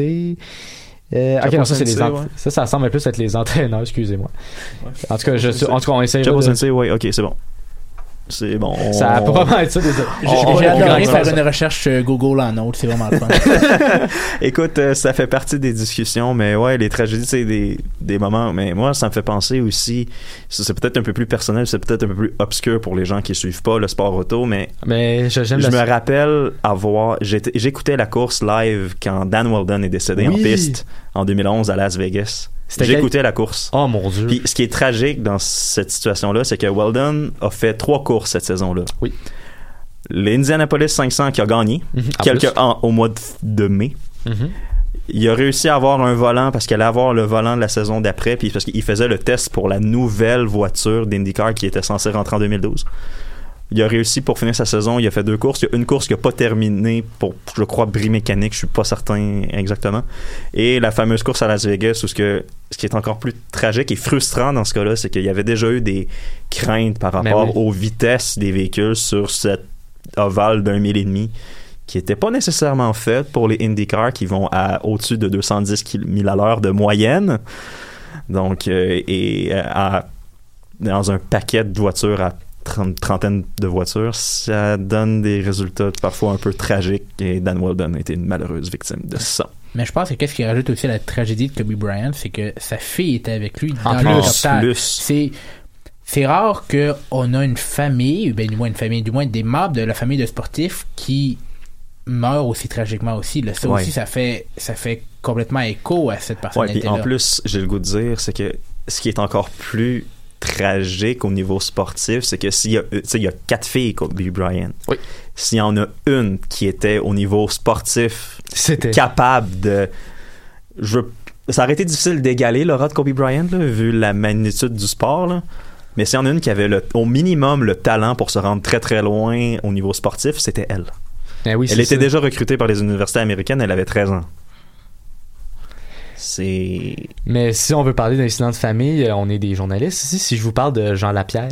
Euh, ok, non, ça, c'est les ent... ouais. ça, ça semble plus être les entraîneurs, excusez-moi. Ouais. En tout cas, je suis... en tout cas, on essaye de... de... oui, ok, c'est bon. C'est bon. On... Ça peut vraiment être ça. Des... J'ai, oh, j'ai adoré faire une recherche Google en autre, c'est vraiment le fun. Écoute, euh, ça fait partie des discussions, mais ouais, les tragédies, c'est des, des moments. Mais moi, ça me fait penser aussi, c'est peut-être un peu plus personnel, c'est peut-être un peu plus obscur pour les gens qui suivent pas le sport auto, mais, mais je, j'aime je la... me rappelle avoir. J'écoutais la course live quand Dan Wheldon est décédé oui. en piste en deux mille onze à Las Vegas. C'était J'écoutais quel... la course. Oh mon Dieu. Puis ce qui est tragique dans cette situation-là, c'est que Wheldon a fait trois courses cette saison-là. Oui. L'Indianapolis cinq cents qui a gagné mm-hmm. quelques en, au mois de, de mai. Mm-hmm. Il a réussi à avoir un volant parce qu'il allait avoir le volant de la saison d'après, puis parce qu'il faisait le test pour la nouvelle voiture d'IndyCar qui était censée rentrer en deux mille douze. Il a réussi pour finir sa saison. Il a fait deux courses. Il y a une course qui n'a pas terminé pour, je crois, bris mécanique. Je suis pas certain exactement. Et la fameuse course à Las Vegas où ce, que, ce qui est encore plus tragique et frustrant dans ce cas-là, c'est qu'il y avait déjà eu des craintes par rapport oui. aux vitesses des véhicules sur cette ovale d'un mille et demi qui n'était pas nécessairement faite pour les IndyCar qui vont à au-dessus de deux cent dix mille à l'heure de moyenne. Donc, euh, et euh, à, dans un paquet de voitures à trente, trentaine de voitures, ça donne des résultats parfois un peu tragiques. Et Dan Wheldon a été une malheureuse victime de ça. Mais je pense que qu'est-ce qui rajoute aussi à la tragédie de Kobe Bryant, c'est que sa fille était avec lui dans En le plus, plus. C'est c'est rare qu'on a une famille, ben du moins une famille, du moins des membres de la famille de sportifs qui meurent aussi tragiquement aussi. Là, ça ouais. aussi, ça fait ça fait complètement écho à cette personnalité-là. Ouais, puis en plus, j'ai le goût de dire, c'est que ce qui est encore plus tragique au niveau sportif, c'est que s'il y a, tu sais, il y a quatre filles Kobe Bryant. Oui. S'il y en a une qui était au niveau sportif C'était. capable de, je, ça aurait été difficile d'égaler l'aura de Kobe Bryant là, vu la magnitude du sport là. Mais s'il y en a une qui avait le, au minimum le talent pour se rendre très très loin au niveau sportif, c'était elle. Eh oui, elle était ça. déjà recrutée par les universités américaines, elle avait treize ans. C'est... Mais si on veut parler d'incidents de famille, on est des journalistes ici. Si je vous parle de Jean Lapierre.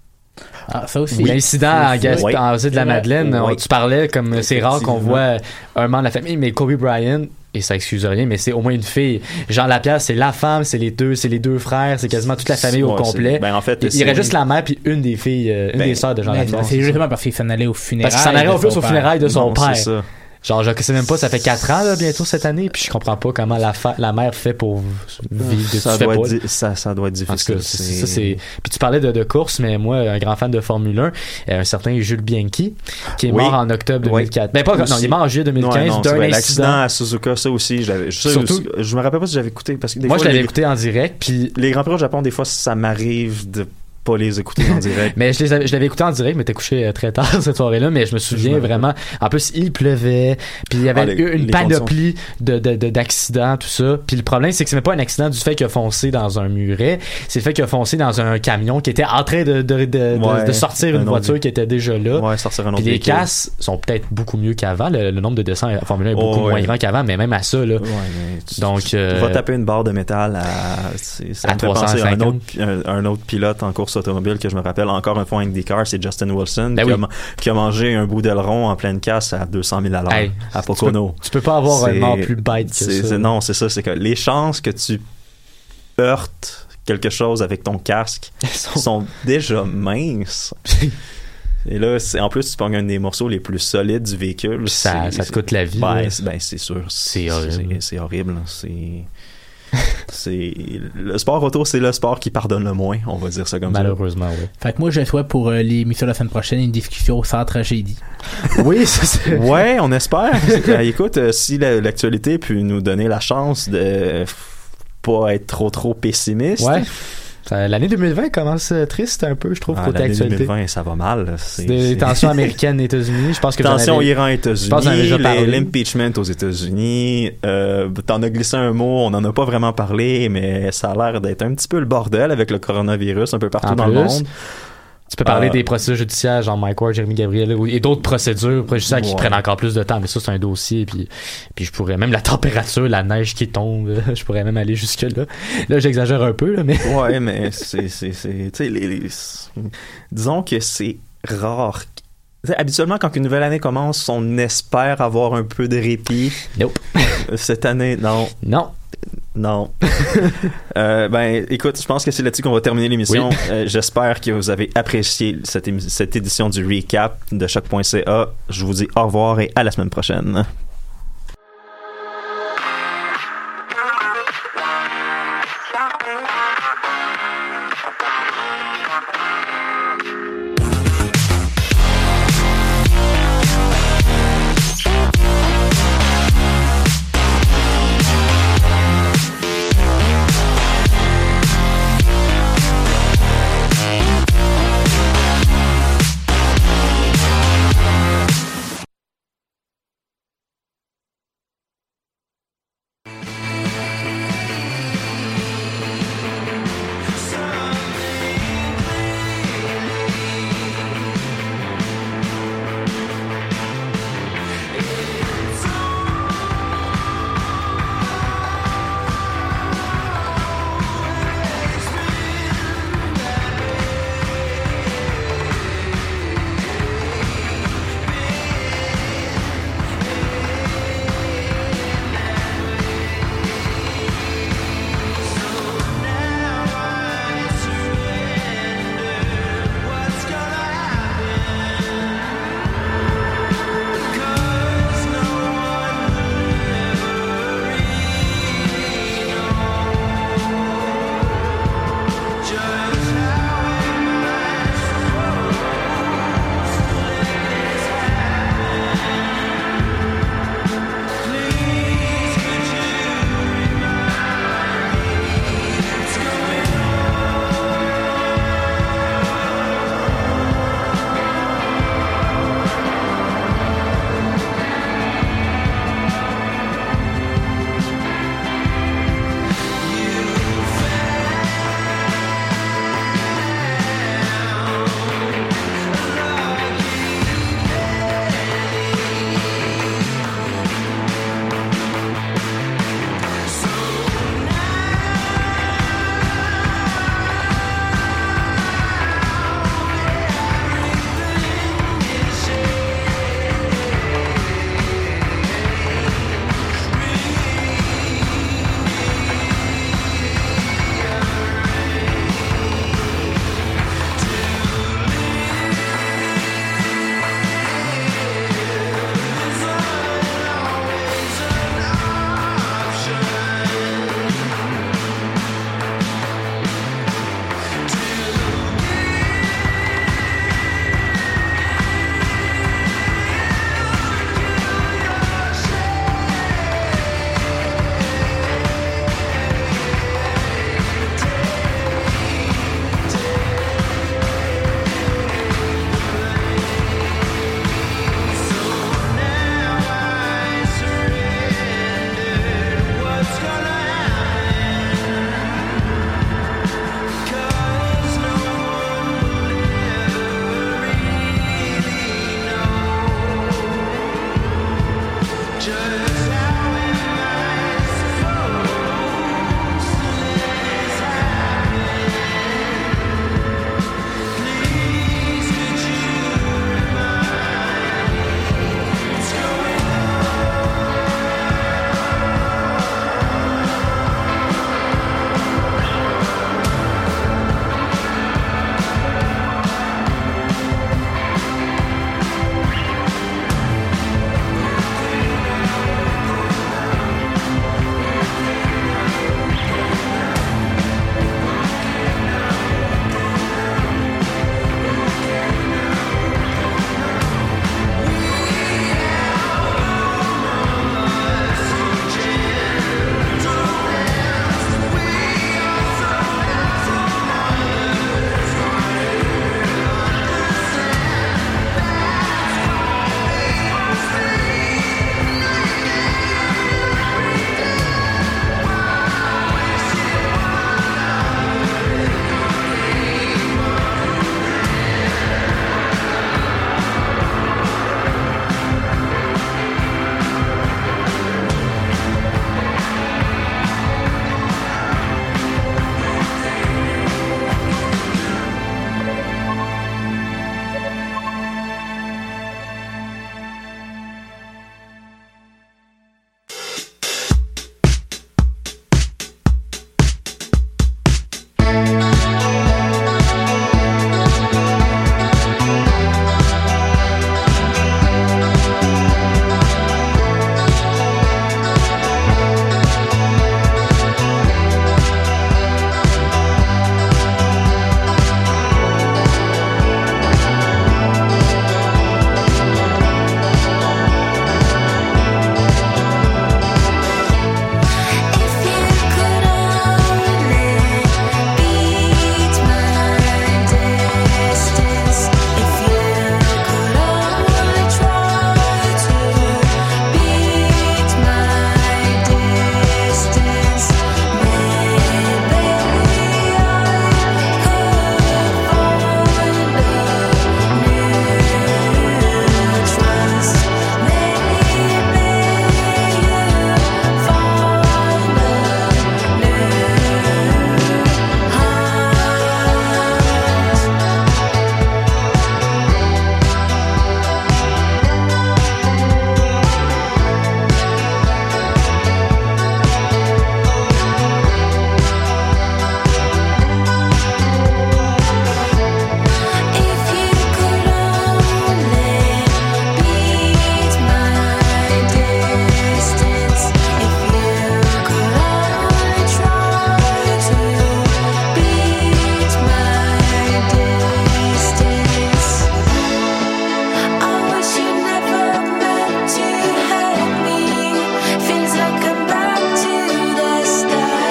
Ah, ça aussi. Oui. L'incident à Gaspé, oui. en de la Madeleine, Oui. on, tu parlais comme c'est rare qu'on voit un membre de la famille, mais Kobe Bryant, et ça excuse rien, mais c'est au moins une fille. Jean Lapierre, c'est la femme, c'est les deux, c'est les deux frères, c'est quasiment toute la famille ouais, au complet. Ben en fait, il y aurait juste la mère puis une des filles, euh, une ben, des sœurs de Jean Mais Lapierre. c'est justement parce qu'il s'en allait au funérailles. Parce qu'il s'en allait au plus aux funérailles de son non, père. C'est ça. Genre, je sais même pas, ça fait quatre ans, là, bientôt cette année, puis je comprends pas comment la, fa- la mère fait pour vivre de ça, tu doit fais être pas. di- ça, ça doit être difficile. En tout cas, c'est, ça, c'est... Puis tu parlais de, de course, mais moi, un grand fan de Formule un, euh, un certain Jules Bianchi, qui est oui. mort en octobre deux mille quatre. Oui. Ben, pas, Aussi. non, il est mort en juillet deux mille quinze non, non, d'un vrai, incident. l'accident à Suzuka, ça aussi, j'avais, je, Surtout, aussi, je me rappelle pas si j'avais écouté. Parce que des moi, fois, je l'avais les, écouté en direct, puis les Grands Prix au Japon, des fois, ça m'arrive de pas les écouter en direct. Mais je, les avais, je l'avais écouté en direct, mais t'es couché euh, très tard cette soirée-là, mais je me souviens Je vraiment. En plus, il pleuvait, puis il y avait ah, les, eu une les panoplie de, de, de, d'accidents, tout ça. Puis le problème, c'est que c'est même pas un accident du fait qu'il a foncé dans un muret, c'est le fait qu'il a foncé dans un camion qui était en train de, de, de, ouais, de, de sortir une voiture qui était déjà là. Ouais, sortir un autre Puis les véhicule. casses sont peut-être beaucoup mieux qu'avant. Le, le nombre de descents à Formule un est beaucoup oh, ouais. moins grand qu'avant, mais même à ça, là. Ouais, mais tu, Donc, tu euh, vas taper une barre de métal à, c'est, ça à me fait trois cent cinquante. penser à un autre, un, un autre pilote en course automobile que je me rappelle encore une fois en IndyCar, c'est Justin Wilson ben qui, oui. a, qui a mangé un bout d'aileron en pleine casse à deux cent mille à l'heure hey, à Pocono. Tu peux, tu peux pas avoir c'est, un mort plus bête que c'est, ça. C'est, non, c'est ça, c'est que les chances que tu heurtes quelque chose avec ton casque sont... sont déjà minces. Et là, c'est, en plus, tu pognes un des morceaux les plus solides du véhicule. Ça, ça te coûte la vie. Ben, c'est, ben, c'est sûr. C'est horrible. C'est, c'est horrible. C'est... c'est le sport auto, c'est le sport qui pardonne le moins, on va dire ça comme malheureusement, ça. Malheureusement, oui. Fait que moi, je souhaite pour euh, l'émission de la semaine prochaine une discussion sans tragédie. Oui, ça, c'est... ouais, on espère. Écoute, euh, si la, l'actualité peut nous donner la chance de pas être trop trop pessimiste. Ouais. Ça, l'année deux mille vingt commence euh, triste un peu, je trouve, ah, côté l'année actualité. deux mille vingt, ça va mal. C'est, c'est des c'est... tensions américaines aux États-Unis. Je pense que tensions avais... Iran États-Unis, les, l'impeachment aux États-Unis. Euh, t'en as glissé un mot, on n'en a pas vraiment parlé, mais ça a l'air d'être un petit peu le bordel avec le coronavirus un peu partout en dans plus, le monde. Tu peux parler euh, des procédures judiciaires, genre Mike Ward, Jérémy Gabriel, et d'autres procédures judiciaires ouais. qui prennent encore plus de temps, mais ça, c'est un dossier, puis, puis je pourrais, même la température, la neige qui tombe, je pourrais même aller jusque-là. Là, j'exagère un peu, là, mais... Ouais, mais c'est... c'est, c'est tu sais, les, les... disons que c'est rare. T'sais, habituellement, quand une nouvelle année commence, on espère avoir un peu de répit. Nope. Cette année, non. Non. Non. euh, ben, écoute, je pense que c'est là-dessus qu'on va terminer l'émission. Oui. Euh, j'espère que vous avez apprécié cette, émi- cette édition du Recap de choc point c a. Je vous dis au revoir et à la semaine prochaine.